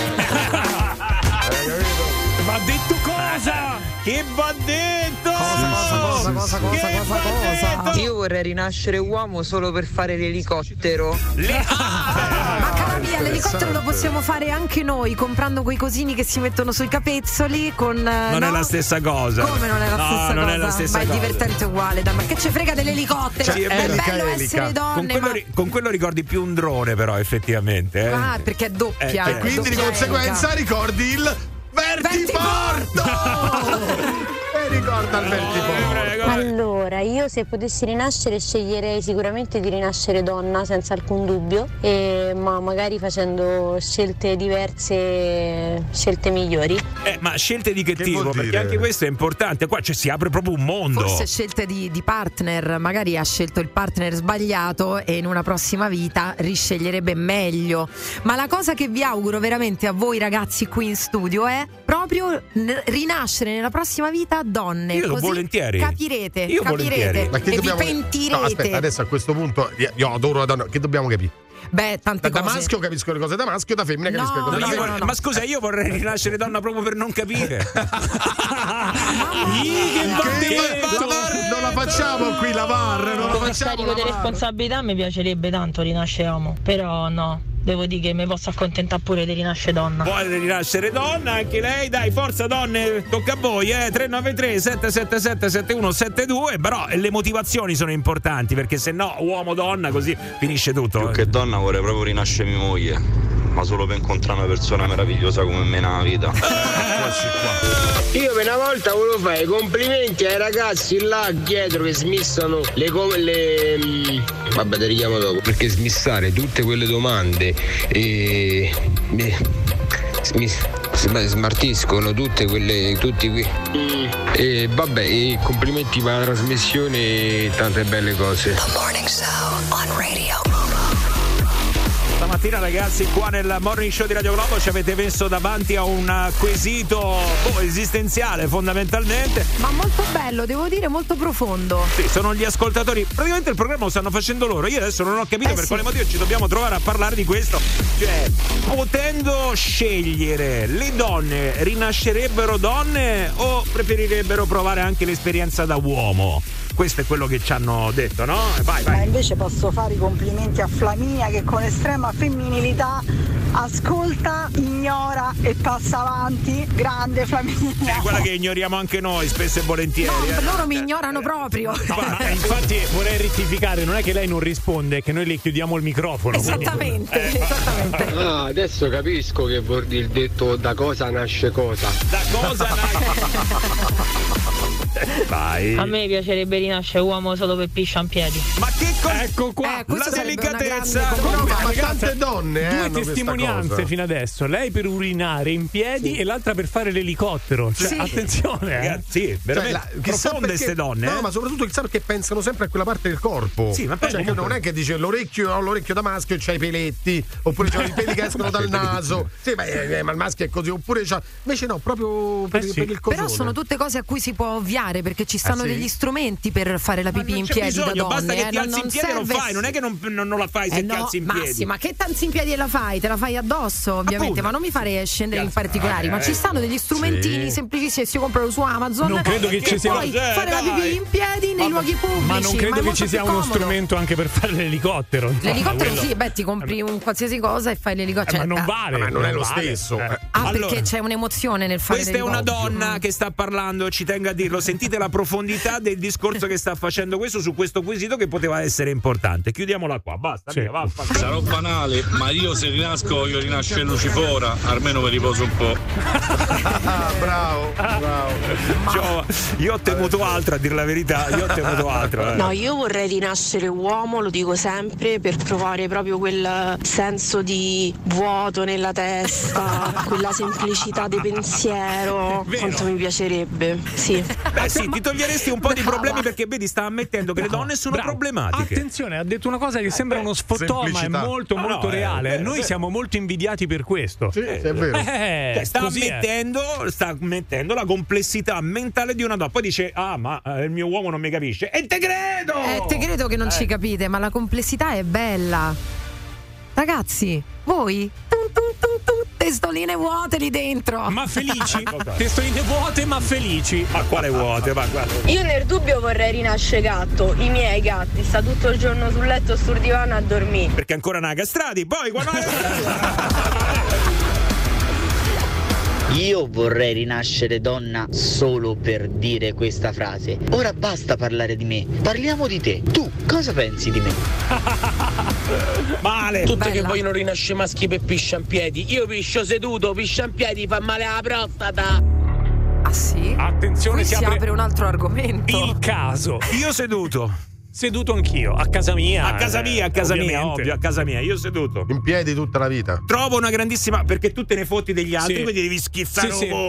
Ma detto cosa? Che va detto? Cosa? Io vorrei rinascere uomo solo per fare l'elicottero. Ma cara mia, l'elicottero lo possiamo fare anche noi, comprando quei cosini che si mettono sui capezzoli con. Non è la stessa cosa. Come non è la stessa cosa? Non è la stessa ma cosa. È divertente uguale, ma che ci frega dell'elicottero? È bello essere donne. Con quello ricordi più un drone, però, effettivamente. Perché è doppia. E quindi di conseguenza ricordi il vertiporto! Ricorda il vertiporto. Allora, io se potessi rinascere sceglierei sicuramente di rinascere donna, senza alcun dubbio, ma magari facendo scelte diverse, scelte migliori. Ma scelte di che tipo? Perché anche questo è importante. Qua si apre proprio un mondo. Forse scelte di partner, magari ha scelto il partner sbagliato e in una prossima vita risceglierebbe meglio. Ma la cosa che vi auguro veramente a voi ragazzi qui in studio è proprio rinascere nella prossima vita donne. Io così volentieri. Capirete. Ma che e dobbiamo... vi pentirete. No, aspetta, adesso a questo punto io adoro la donna. Che dobbiamo capire? Beh, tante da cose. maschio capisco le cose da maschio, da femmina capisco le cose da femmina. Ma scusa, io vorrei rinascere donna proprio per non capire. Non la facciamo qui la VAR, non la Come facciamo. carico di responsabilità mi piacerebbe tanto rinascere uomo, però no. Devo dire che mi posso accontentare pure di rinascere donna. Vuole rinascere donna anche lei? Dai, forza donne, tocca a voi, 393 777 7172. Però le motivazioni sono importanti, perché se no uomo-donna così finisce tutto. Più che donna vorrei proprio rinascere mia moglie, ma solo per incontrare una persona meravigliosa come me nella vita. Io per una volta volevo fare i complimenti ai ragazzi là dietro che smissano vabbè, te richiamo dopo. Perché smissare tutte quelle domande e smartiscono tutti qui. E vabbè, e complimenti per la trasmissione e tante belle cose. The Morning Show on Radio. Stamattina ragazzi qua nel Morning Show di Radio Globo ci avete messo davanti a un quesito esistenziale fondamentalmente, ma molto bello, devo dire, molto profondo. Sì, sono gli ascoltatori, praticamente il programma lo stanno facendo loro. Io adesso non ho capito per quale motivo ci dobbiamo trovare a parlare di questo. Cioè, potendo scegliere, le donne rinascerebbero donne o preferirebbero provare anche l'esperienza da uomo? Questo è quello che ci hanno detto, no? Vai. Ma invece posso fare i complimenti a Flaminia che con estrema femminilità ascolta, ignora e passa avanti. Grande Flaminia. Quella che ignoriamo anche noi spesso e volentieri. No, loro mi ignorano proprio. Infatti vorrei rettificare, non è che lei non risponde, è che noi le chiudiamo il microfono. Esattamente. Ah, adesso capisco che vuol dire il detto da cosa nasce cosa. Da cosa nasce? Vai. A me piacerebbe rinascere uomo solo per piscia in piedi. Ma che Ecco qua. La delicatezza. Ma tante donne due hanno testimonianze fino adesso. Lei per urinare in piedi e l'altra per fare l'elicottero. Cioè, attenzione, Sì, veramente profonde queste donne. No, ma soprattutto chissà perché pensano sempre a quella parte del corpo. Sì, ma poi cioè, non è che dice ho l'orecchio da maschio e c'ha i peletti, oppure c'ha i peli che escono dal naso. Sì, ma il maschio è così, oppure c'ha. Invece no, proprio per il cosone. Però sono tutte cose a cui si può ovviare, perché ci stanno degli strumenti per fare la pipì in piedi da donne. Basta che ti alzi in piedi e lo fai, non è che non la fai se ti alzi in piedi. Sì, ma che tanzi in piedi e la fai? Te la fai addosso, ovviamente, ma non mi fare scendere in particolari. Ma ci stanno degli strumentini semplicissimi, si comprano su Amazon. Non credo che ci sia puoi fare la pipì in piedi nei luoghi pubblici. Ma non credo che ci sia uno strumento anche per fare l'elicottero. L'elicottero sì, ti compri un qualsiasi cosa e fai l'elicottero. Ma non vale, ma non è lo stesso. Perché c'è un'emozione nel fare questa è una donna che sta parlando, ci tengo a dirlo. Sentite la profondità del discorso che sta facendo questo su questo quesito che poteva essere importante. Chiudiamola qua, basta. Sì. Va. Sarò banale, ma io se rinasco voglio rinascere Lucifora, almeno mi riposo un po'. Bravo. Io ho temuto altro, a dire la verità. No, io vorrei rinascere uomo, lo dico sempre, per provare proprio quel senso di vuoto nella testa, quella semplicità di pensiero. Quanto mi piacerebbe, sì. Beh sì, ti toglieresti un po' di problemi, perché vedi, sta ammettendo che le donne sono problematiche. Attenzione, ha detto una cosa che sembra uno sfottò, ma è molto reale. Noi siamo molto invidiati per questo. Sì, è vero. Sta ammettendo la complessità mentale di una donna. Poi dice: ma il mio uomo non mi capisce. E te credo che non ci capite, ma la complessità è bella. Ragazzi, voi testoline vuote lì dentro. Ma felici. Testoline vuote ma felici. Ma quale vuote? Io nel dubbio vorrei rinascere gatto. I miei gatti sta tutto il giorno sul letto sul divano a dormire. Perché ancora non ha castrati. Poi quando Io vorrei rinascere donna solo per dire questa frase. Ora basta parlare di me, parliamo di te. Tu cosa pensi di me? Male. Tutte che vogliono rinascere maschi per piscia in piedi. Io piscio seduto, piscia in piedi, fa male alla prostata. Ah sì? Attenzione, qui si apre un altro argomento. Il caso. Io seduto anch'io, a casa mia. A casa mia, io seduto. In piedi tutta la vita. Trovo una grandissima, perché tu te ne fotti degli altri, quindi devi schizzare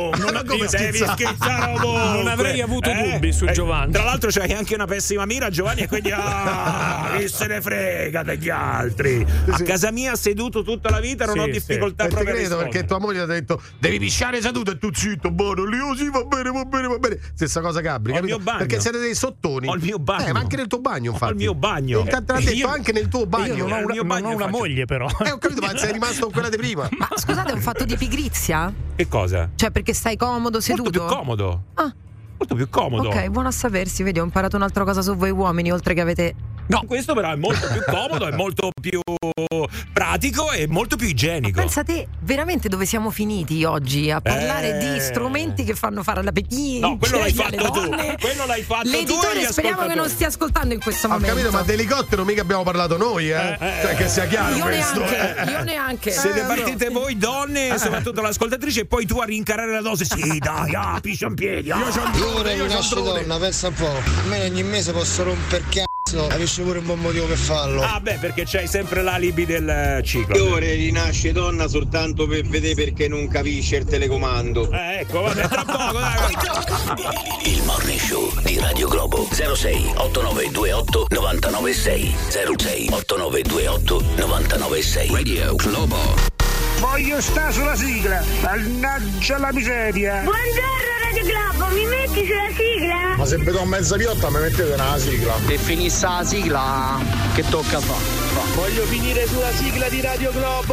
Non avrei avuto dubbi su Giovanni. Tra l'altro c'hai anche una pessima mira, Giovanni, e quindi chi se ne frega degli altri. A casa mia seduto tutta la vita, non ho difficoltà proprio. Ti credo, perché tua moglie ti ha detto devi pisciare seduto e tu zitto, buono, lì così va bene. Stessa cosa Gabri, capito? Perché siete dei sottoni. Ho il mio bagno. Ma anche nel tuo bagno, infatti. Il mio bagno. Te l'ha detto anche nel tuo bagno. Io non ho una moglie, però. Ho capito, ma sei rimasto con quella di prima. Ma scusate, è un fatto di pigrizia? Che cosa? Cioè, perché stai comodo seduto? Molto più comodo. Molto più comodo. Ok, buono a sapersi. Vedi, ho imparato un'altra cosa su voi uomini, oltre che avete... No, questo però è molto più comodo, è molto più pratico e molto più igienico. Ma pensate veramente dove siamo finiti oggi a parlare di strumenti che fanno fare la pipì? No, quello l'hai fatto tu. L'editore speriamo che non stia ascoltando in questo momento. Ho capito, ma d'elicottero mica abbiamo parlato noi, Cioè, che sia chiaro questo. Io neanche. Siete partite voi donne, soprattutto l'ascoltatrice, e poi tu a rincarare la dose. Sì, dai, piscia in piedi. Io vorrei rinascere donna, pensa un po'. Almeno ogni mese posso romper cazzo. Avessi pure un buon motivo per farlo. Perché c'hai sempre l'alibi del ciclo. Io vorrei rinascere donna soltanto per vedere perché non capisce il telecomando. Ecco, vabbè, tra poco, dai. Il Morning Show di Radio Globo. 06 8928 996 06 8928 996 Radio Globo. Voglio stare sulla sigla. Mannaggia la miseria. Buongiorno Radio Globo, mi metti sulla sigla? Ma se vedo mezza piotta mi mettete una sigla. E finisse la sigla, che tocca fare? Voglio finire sulla sigla di Radio Globo.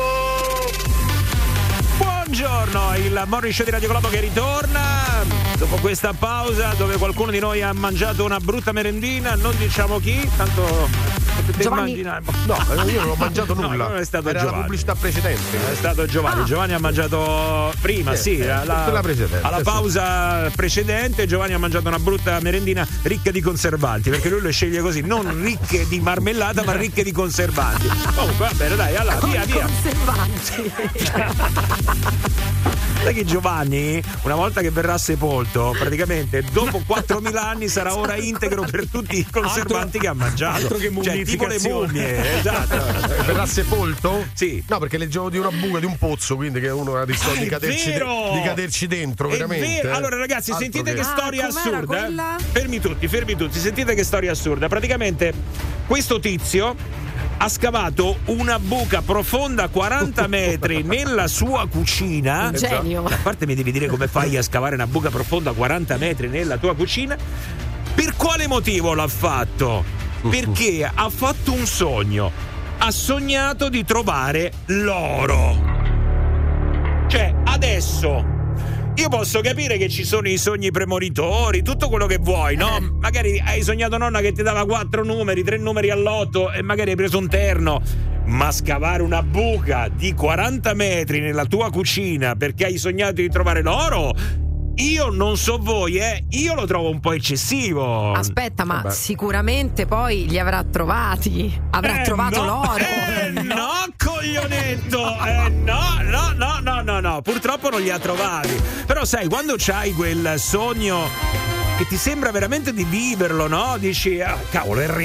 Buongiorno, il Morning Show di Radio Globo che ritorna dopo questa pausa dove qualcuno di noi ha mangiato una brutta merendina, non diciamo chi, tanto Giovanni. No, io non ho mangiato nulla. Non è stato Era Giovanni. la pubblicità precedente. È stato Giovanni. Giovanni ha mangiato prima, alla pausa precedente. Giovanni ha mangiato una brutta merendina ricca di conservanti, perché lui le sceglie così, non ricche di marmellata, ma ricche di conservanti. Comunque, va bene, dai, allora, via. avanti. Sai che Giovanni, una volta che verrà sepolto, praticamente dopo 4.000 anni sarà ora integro per tutti i conservanti che ha mangiato. Altro che tipo le mummificazione. mummie, esatto. Verrà sepolto? Sì. No, perché leggevo di una buca di un pozzo, quindi che uno ha rischiato di caderci dentro, veramente. Allora ragazzi, Altro sentite che storia com'era assurda. quella? Fermi tutti, sentite che storia assurda. Praticamente questo tizio ha scavato una buca profonda 40 metri nella sua cucina. Un genio. A parte mi devi dire come fai a scavare una buca profonda 40 metri nella tua cucina. Per quale motivo l'ha fatto? Perché ha fatto un sogno. Ha sognato di trovare l'oro. Cioè, adesso io posso capire che ci sono i sogni premonitori, tutto quello che vuoi, no? Magari hai sognato nonna che ti dava 4 numeri, 3 numeri all'8 e magari hai preso un terno. Ma scavare una buca di 40 metri nella tua cucina perché hai sognato di trovare l'oro? Io non so voi, io lo trovo un po' eccessivo. Aspetta, ma sicuramente poi li avrà trovati. Avrà trovato l'oro. No, coglionetto. No. Purtroppo non li ha trovati. Però sai, quando c'hai quel sogno che ti sembra veramente di viverlo, no? Dici, cavolo, è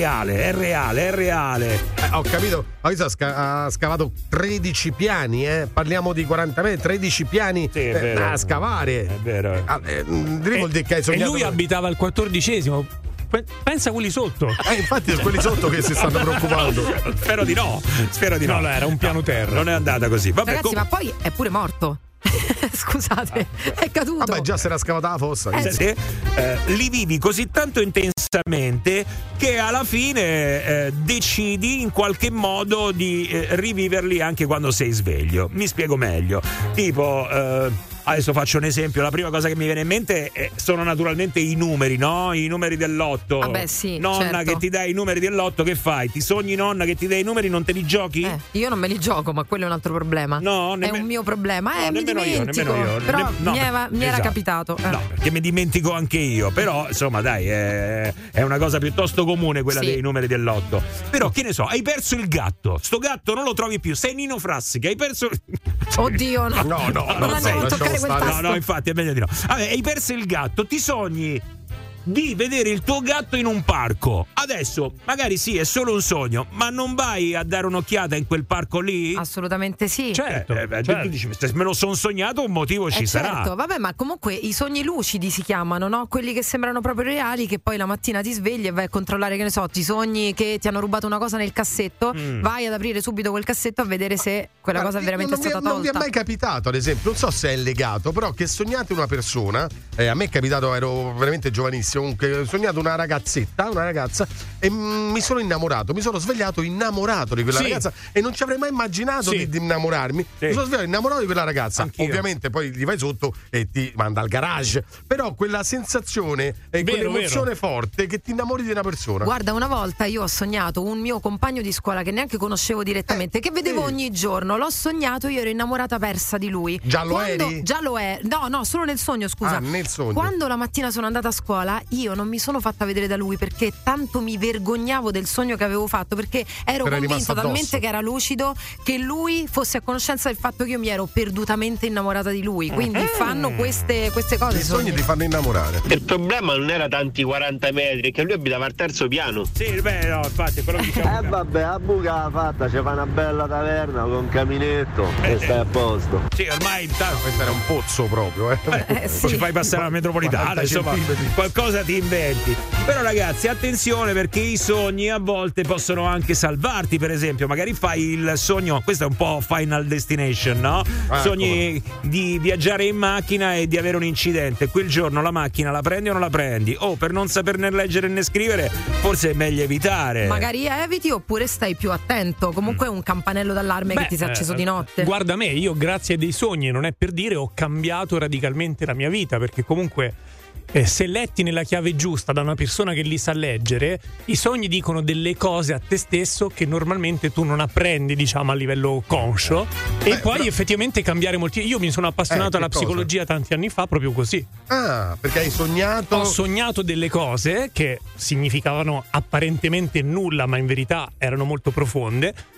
reale. Ho capito. Ha scavato 13 piani, Parliamo di 40 metri, 13 piani da scavare. È vero. Vuol dire che hai E sognato. lui abitava al 14°. Pensa a quelli sotto. Infatti è quelli sotto che si stanno preoccupando. Spero di no. No, era un piano terra. Non è andata così. Vabbè, Ragazzi, ma poi è pure morto. Scusate, è caduto. Vabbè, già si era scavata la fossa. Li vivi così tanto intensamente che alla fine decidi in qualche modo di riviverli anche quando sei sveglio. Mi spiego meglio. Tipo, adesso faccio un esempio. La prima cosa che mi viene in mente sono naturalmente i numeri, no? I numeri dell'otto. Vabbè, sì, nonna certo. che ti dà i numeri dell'otto, che fai? Ti sogni nonna che ti dà i numeri, non te li giochi? Io non me li gioco, ma quello è un altro problema. No, è un mio problema. Mi nemmeno dimentico. io. Però mi era esatto. capitato. No, perché mi dimentico anche io. Però, insomma, dai, è una cosa piuttosto comune quella dei numeri dell'otto. Però, che ne so, hai perso il gatto. Sto gatto non lo trovi più. Sei Nino Frassi, che hai perso. Oddio, no. Non andiamo a toccare quel tasto. No, infatti è meglio di no. Vabbè, hai perso il gatto, ti sogni di vedere il tuo gatto in un parco. Adesso, magari sì, è solo un sogno, ma non vai a dare un'occhiata in quel parco lì? Assolutamente sì. Certo. Tu dici, se me lo son sognato, un motivo ci sarà. Certo, vabbè, ma comunque i sogni lucidi si chiamano, no? Quelli che sembrano proprio reali, che poi la mattina ti svegli e vai a controllare, che ne so, ti sogni che ti hanno rubato una cosa nel cassetto, vai ad aprire subito quel cassetto a vedere se quella cosa veramente è stata tolta. Non vi è mai capitato, ad esempio, non so se è legato, però che sognate una persona, a me è capitato, ero veramente giovanissimo, comunque ho sognato una ragazza e mi sono innamorato, mi sono svegliato innamorato di quella ragazza e non ci avrei mai immaginato di innamorarmi. Mi sono svegliato innamorato di quella ragazza. Anch'io. Ovviamente poi gli vai sotto e ti manda al garage, però quella sensazione è quell'emozione forte che ti innamori di una persona. Guarda, una volta io ho sognato un mio compagno di scuola che neanche conoscevo direttamente, che vedevo ogni giorno, l'ho sognato, io ero innamorata persa di lui. Già lo eri? Già lo è. No, solo nel sogno, scusa. Nel sogno. Quando la mattina sono andata a scuola, io non mi sono fatta vedere da lui perché tanto mi vergognavo del sogno che avevo fatto, perché ero convinta talmente che era lucido che lui fosse a conoscenza del fatto che io mi ero perdutamente innamorata di lui. Quindi fanno queste cose. I sogni ti fanno innamorare. Il problema non era tanti 40 metri, che lui abitava al terzo piano. Sì, beh, no, infatti, quello che diciamo. Vabbè, a buca fatta, c'è fa una bella taverna con un caminetto e stai a posto. Sì, ormai questo era un pozzo proprio, Ci fai passare la metropolitana, insomma, qualcosa ti inventi. Però ragazzi, attenzione, perché i sogni a volte possono anche salvarti. Per esempio, magari fai il sogno, questo è un po' Final Destination, no? Sogni di viaggiare in macchina e di avere un incidente. Quel giorno la macchina la prendi o non la prendi? Per non saperne leggere né scrivere, forse è meglio evitare. Magari eviti oppure stai più attento. Comunque è un campanello d'allarme che ti si è acceso di notte. Guarda me, io grazie a dei sogni, non è per dire, ho cambiato radicalmente la mia vita, perché comunque se letti nella chiave giusta da una persona che li sa leggere, i sogni dicono delle cose a te stesso che normalmente tu non apprendi, diciamo, a livello conscio, e puoi effettivamente cambiare molti. Io mi sono appassionato alla psicologia tanti anni fa proprio così. Perché hai sognato? Ho sognato delle cose che significavano apparentemente nulla, ma in verità erano molto profonde.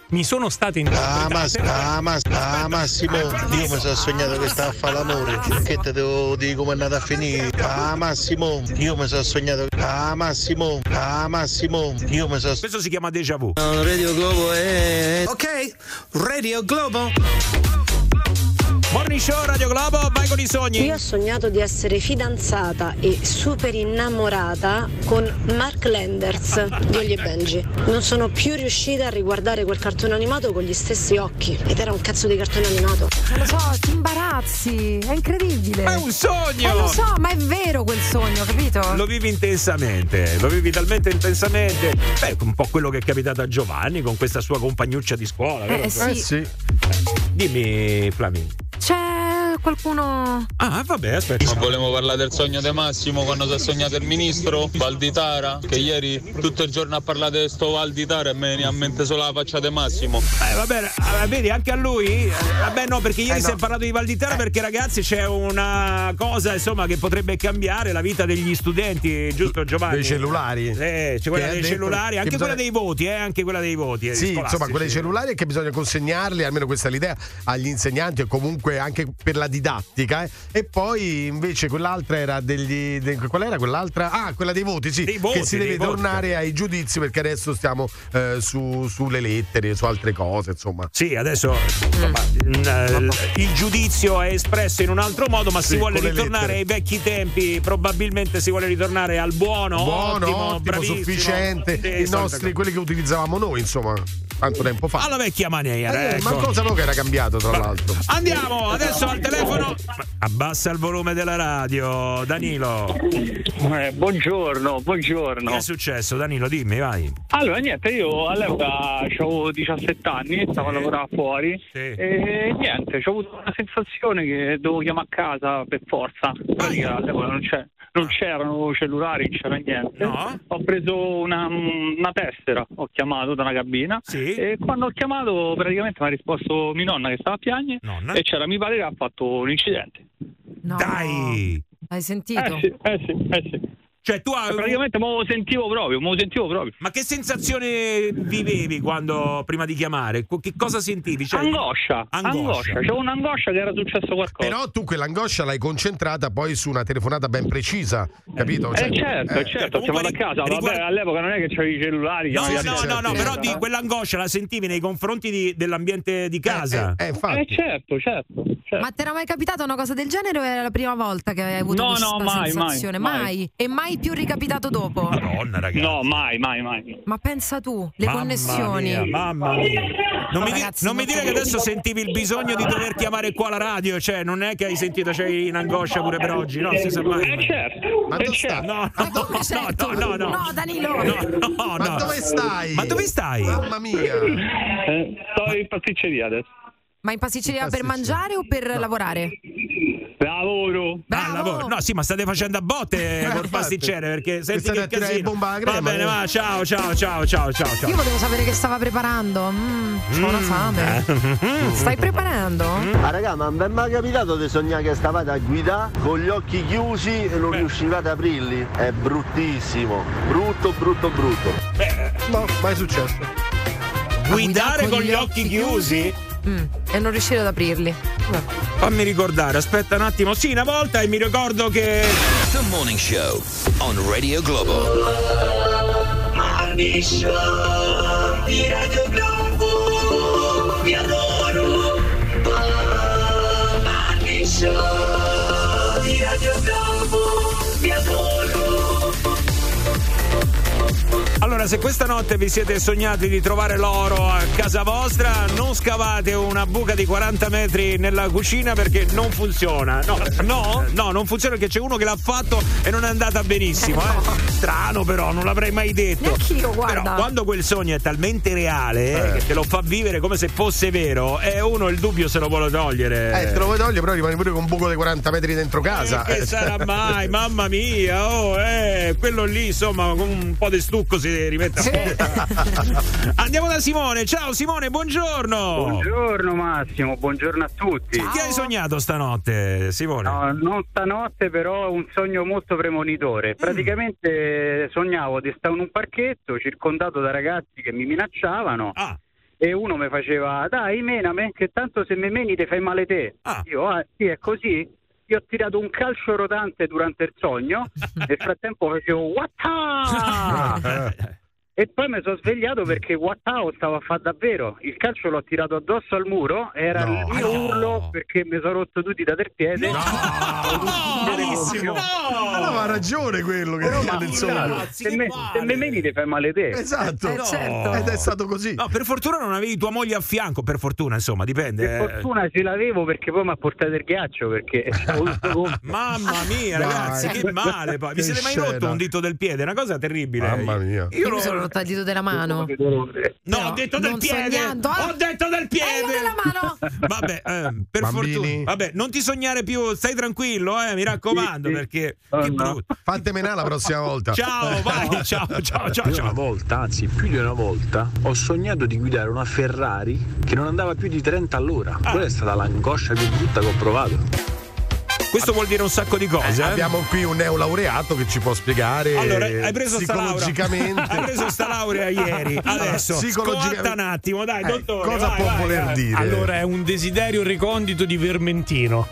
mi sono state Massimo, io mi sono sognato che stavo a fare l'amore. Che te devo dire come è andata a finire? Massimo, io mi sono sognato. Massimo, io mi sono. Questo si chiama déjà vu. Radio Globo è. Ok, Radio Globo. Morning Show Radio Globo, vai con i sogni. Io ho sognato di essere fidanzata e super innamorata con Mark Landers di Holly e Benji. Non sono più riuscita a riguardare quel cartone animato con gli stessi occhi. Ed era un cazzo di cartone animato. Non lo so, ti imbarazzi, è incredibile. È un sogno! Lo so, ma è vero quel sogno, capito? Lo vivi intensamente, lo vivi talmente intensamente. Beh, un po' quello che è capitato a Giovanni con questa sua compagnuccia di scuola, vero? Sì. Dimmi, Flami. C'è qualcuno. Ah, vabbè, aspetta. Volevo parlare del sogno di Massimo quando si è sognato il ministro Valditara, che ieri tutto il giorno ha parlato di sto Valditara e me ne ha in mente solo la faccia di Massimo. Vabbè, vedi, anche a lui? Vabbè, no, perché ieri si è parlato di Valditara perché, ragazzi, c'è una cosa, insomma, che potrebbe cambiare la vita degli studenti, giusto, Giovanni? Dei cellulari. C'è quella dei cellulari, anche quella dei voti, anche quella dei voti. Sì, scolastici. insomma, quella dei cellulari è che bisogna consegnarli, almeno questa è l'idea, agli insegnanti o comunque anche per la didattica. E poi invece quell'altra era qual era quell'altra? Ah, quella dei voti, sì, che si deve tornare ai giudizi, perché adesso stiamo sulle lettere, su altre cose, insomma. Sì, adesso il giudizio è espresso in un altro modo, ma si vuole ritornare ai vecchi tempi, probabilmente si vuole ritornare al buono, ottimo, sufficiente, quelli che utilizzavamo noi, insomma, tanto tempo fa. Alla vecchia maniera, Ma cosa che era cambiato, tra l'altro. Andiamo adesso al telefono. Abbassa il volume della radio, Danilo. Buongiorno. Che è successo, Danilo? Dimmi, vai. Allora, niente, io all'epoca avevo 17 anni, stavo a lavorare fuori e niente, ho avuto una sensazione che dovevo chiamare a casa per forza. Pratica, all'epoca non c'erano cellulari, non c'era niente. No. Ho preso una tessera, ho chiamato da una cabina e quando ho chiamato praticamente mi ha risposto mia nonna che stava a piangere e c'era mio padre che ha fatto un incidente. No. Dai! Hai sentito? Sì. Cioè tu praticamente me lo sentivo proprio. Ma che sensazione vivevi quando prima di chiamare? Che cosa sentivi? Cioè, angoscia. C'avevo un'angoscia che era successo qualcosa. Però tu quell'angoscia l'hai concentrata poi su una telefonata ben precisa, capito? Certo, ho chiamato a casa. Vabbè, all'epoca non è che c'avevi i cellulari. No, però di quell'angoscia la sentivi nei confronti dell'ambiente di casa. Certo. Ma ti era mai capitata una cosa del genere o era la prima volta che hai avuto questa sensazione? Mai. E mai più ricapitato dopo? Madonna, ragazzi. No, mai. Ma pensa tu, le connessioni. Mamma mia. Non mi dire che adesso sentivi il bisogno di dover chiamare qua la radio, cioè non è che hai sentito, c'hai in angoscia pure per oggi, no? Si sa mai. Certo. Ma dove stai? No, Danilo. No. Ma dove stai? Ma dove stai? Mamma mia. Sto in pasticceria adesso. Ma in pasticceria per mangiare o per lavorare? Lavoro. Lavoro. No, sì, ma state facendo a botte col pasticcere, perché senti che casino. Va bene, va, ciao. Io volevo sapere che stava preparando. C'ho una fame. Stai preparando? Raga, ma non è mai capitato di sognare che stavate a guidare con gli occhi chiusi e non riuscivate ad aprirli? È bruttissimo. Brutto. No, mai successo. Guidare con gli occhi chiusi? E non riuscire ad aprirli. Fammi ricordare, aspetta un attimo. Sì, una volta e mi ricordo che The Morning Show on Radio Globo. Morning Show di Radio Globo, mi adoro. Morning Show di Radio Globo, mi adoro. Allora, se questa notte vi siete sognati di trovare l'oro a casa vostra, non scavate una buca di 40 metri nella cucina perché non funziona. No, non funziona perché c'è uno che l'ha fatto e non è andata benissimo. Strano, però, non l'avrei mai detto. Neanch'io, guarda. Però quando quel sogno è talmente reale che te lo fa vivere come se fosse vero, uno il dubbio se lo vuole togliere. Te lo vuoi togliere, però rimani pure con un buco di 40 metri dentro casa. Che sarà mai? Mamma mia, quello lì, insomma, con un po' di stucco si rimette a Andiamo da Simone. Ciao Simone, buongiorno. Buongiorno Massimo, buongiorno a tutti. Che hai sognato stanotte, Simone? No, non stanotte, però un sogno molto premonitore. Praticamente sognavo di stare in un parchetto circondato da ragazzi che mi minacciavano e uno mi faceva: dai, mename, che tanto se me meni te fai male te. Io, sì, è così. Io ho tirato un calcio rotante durante il sogno, nel frattempo facevo Watta! E poi mi sono svegliato perché Wattao stava a fare davvero. Il calcio l'ho tirato addosso al muro, era il mio urlo perché mi sono rotto tutti da terpiede. Malissimo. Aveva ragione quello che era del sogno. Se me meni te fai male te. Esatto. Certo. Ed è stato così. No, per fortuna non avevi tua moglie a fianco, per fortuna, insomma, dipende. Per fortuna ce l'avevo perché poi mi ha portato il ghiaccio perché mamma mia, ragazzi, che male poi. Vi siete mai rotto un dito del piede? Una cosa terribile. Mamma mia. Io mi sono rotto il dito della mano. No, ho detto del piede. Ho detto del piede. Della mano. Vabbè, per fortuna. Vabbè, non ti sognare più, stai tranquillo, mi raccomando, perché che brutto. Fate menare la prossima volta. Ciao, vai, ciao. Una volta, anzi più di una volta, ho sognato di guidare una Ferrari che non andava più di 30 all'ora. Quella è stata l'angoscia più brutta che ho provato. Questo vuol dire un sacco di cose. Abbiamo qui un neolaureato che ci può spiegare. Allora, hai preso sta laurea. Psicologicamente. Hai preso sta laurea ieri. Adesso scotta un attimo, dai, dottore. Cosa vai, può vai, voler vai. dire? Allora, è un desiderio recondito di Vermentino.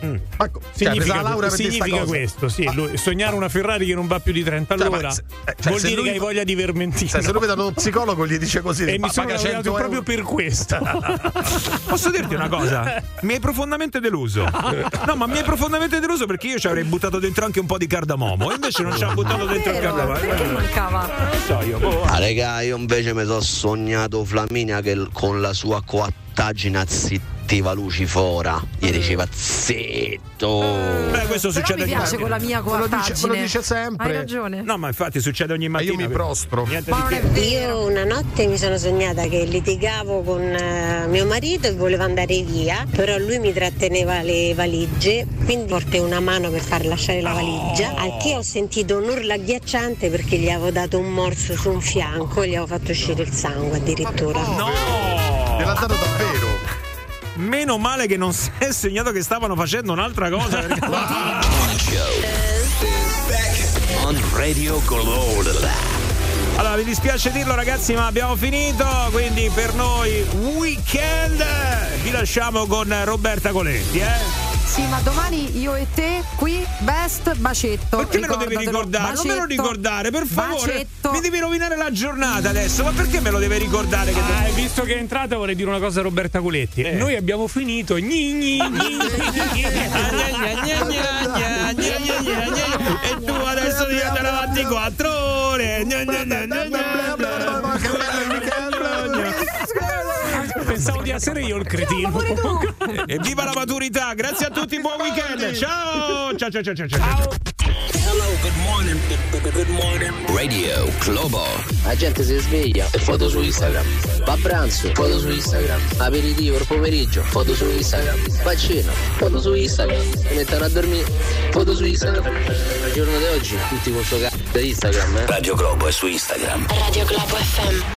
Significa questo, sì. Sognare una Ferrari che non va più di 30 all'ora vuol dire che hai voglia di Vermentino. Se lo vedo uno psicologo gli dice così. E mi sono laureato proprio per questo. Posso dirti una cosa? Mi hai profondamente deluso. No, ma mi hai profondamente deluso perché io ci avrei buttato dentro anche un po' di cardamomo. Invece non ci ha buttato dentro il cardamomo. Perché mancava? Non lo so io. Raga, io invece mi sono sognato Flaminia che con la sua coattaggine zittiva Lucifora gli diceva zitto. Beh, questo Però succede mi piace con la mia coattaggine. Me lo dice sempre. Hai ragione. No, ma infatti succede ogni mattina. Io mi prostro. Niente Ma non è vero. Io una notte mi sono sognata che litigavo con mio marito e volevo andare via, però lui mi tratteneva le valigie, quindi portai una mano per far lasciare la valigia, al che ho sentito un urlo agghiacciante perché gli avevo dato un morso su un fianco e gli avevo fatto uscire il sangue addirittura. No! Gliel'ha dato davvero. Meno male che non si è segnato che stavano facendo un'altra cosa. On Radio Globo. Allora, mi dispiace dirlo ragazzi, ma abbiamo finito, quindi per noi weekend vi lasciamo con Roberta Coletti, Sì, ma domani io e te qui, best bacetto. Perché me lo devi ricordare? Bacetto, non me lo ricordare, per favore. Bacetto. Mi devi rovinare la giornata adesso, ma perché me lo deve ricordare? Visto che è entrata vorrei dire una cosa a Roberta Coletti. Noi abbiamo finito. E tu adesso devi andare avanti 4 ore. Pensavo di essere io il cretino. E viva la maturità, grazie a tutti, buon weekend. Ciao. Hello, good morning. Good morning. Radio Globo. La gente si sveglia e foto su Instagram. Va a pranzo, foto su Instagram. Aperitivo il pomeriggio, foto su Instagram. Va a cena, foto su Instagram. Si mettono a dormire, foto su Instagram. Il giorno di oggi tutti con sto c***o di Instagram. Radio Globo è su Instagram. Radio Globo FM.